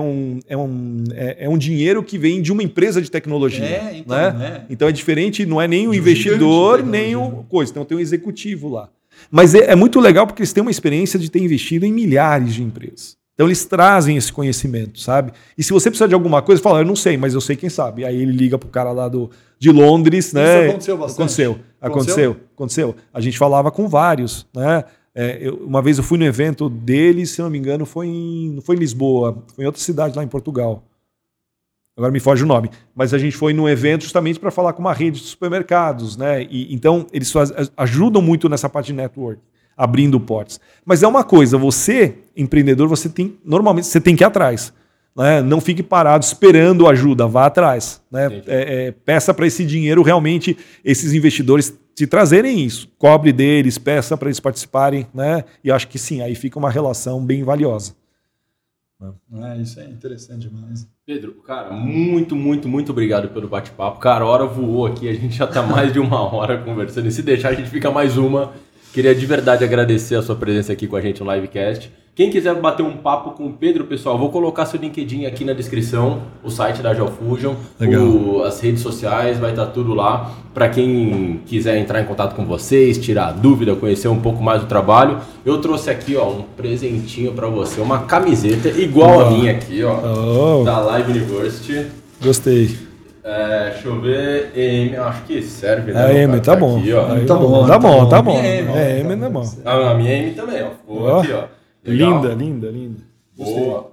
um dinheiro que vem de uma empresa de tecnologia. Então é diferente, não é nem o investidor, nem o coisa. Então tem um executivo lá. Mas é muito legal porque eles têm uma experiência de ter investido em milhares de empresas. Então eles trazem esse conhecimento, sabe? E se você precisar de alguma coisa, fala, eu não sei, mas eu sei quem sabe. Aí ele liga pro cara lá de Londres, né? Isso aconteceu bastante. Aconteceu. A gente falava com vários, né? Uma vez eu fui no evento deles, se não me engano, não foi em Lisboa, foi em outra cidade lá em Portugal. Agora me foge o nome. Mas a gente foi num evento justamente para falar com uma rede de supermercados, né? E, então eles ajudam muito nessa parte de network, abrindo portas. Mas é uma coisa, você, empreendedor, normalmente você tem que ir atrás. Né? Não fique parado esperando ajuda, vá atrás. Né? Peça para esse dinheiro realmente, esses investidores te trazerem isso. Cobre deles, peça para eles participarem. Né? E acho que sim, aí fica uma relação bem valiosa. Isso é interessante demais. Pedro, cara, muito, muito, muito obrigado pelo bate-papo. Cara, a hora voou aqui, a gente já está mais de 1 hora conversando. E se deixar, a gente fica mais uma. Queria de verdade agradecer a sua presença aqui com a gente no Livecast. Quem quiser bater um papo com o Pedro, pessoal, vou colocar seu LinkedIn aqui na descrição, o site da Geofusion, as redes sociais, vai estar tudo lá. Para quem quiser entrar em contato com vocês, tirar dúvida, conhecer um pouco mais do trabalho. Eu trouxe aqui um presentinho para você, uma camiseta igual a minha aqui, da Live University. Gostei. Deixa eu ver, EM, acho que serve, né? A EM tá bom. Aqui, tá bom. A EM tá bom. A minha EM também, ó. Aqui, ó. Legal. Linda. Boa.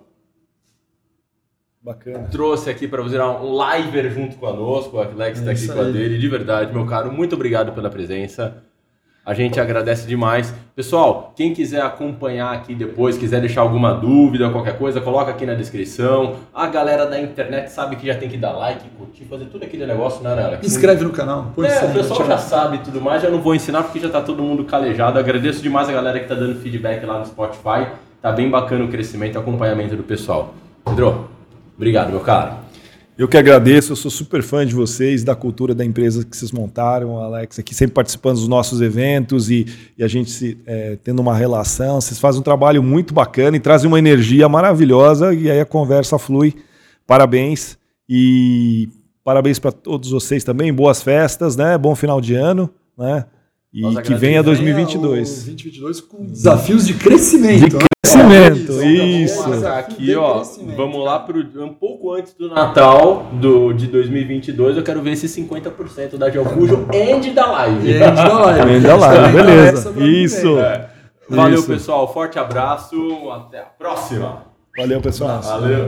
Bacana. Trouxe aqui para você um liver junto conosco, o Alex está aqui com a dele. De verdade, meu caro, muito obrigado pela presença. A gente agradece demais. Pessoal, quem quiser acompanhar aqui depois, quiser deixar alguma dúvida, qualquer coisa, coloca aqui na descrição. A galera da internet sabe que já tem que dar like, curtir, fazer tudo aquele negócio, né, Alex? Inscreve no canal. O pessoal já sabe e tudo mais, já não vou ensinar porque já tá todo mundo calejado. Agradeço demais a galera que tá dando feedback lá no Spotify. Tá bem bacana o crescimento e acompanhamento do pessoal. Pedro, obrigado, meu cara. Eu que agradeço, eu sou super fã de vocês, da cultura da empresa que vocês montaram, Alex, aqui sempre participando dos nossos eventos e a gente tendo uma relação. Vocês fazem um trabalho muito bacana e trazem uma energia maravilhosa e aí a conversa flui. Parabéns e parabéns para todos vocês também, boas festas, né? Bom final de ano, né? E que venha 2022. 2022 com desafios de crescimento. Isso. Aqui, ó, vamos lá um pouco antes do Natal de 2022. Eu quero ver esse 50% da GeoFusion e da live. Beleza. Isso. Valeu, pessoal. Forte abraço. Até a próxima. Valeu, pessoal. Valeu.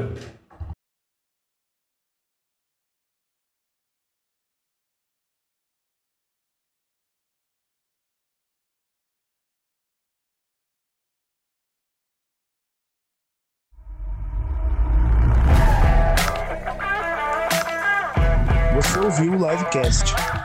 Você ouviu o Livecast.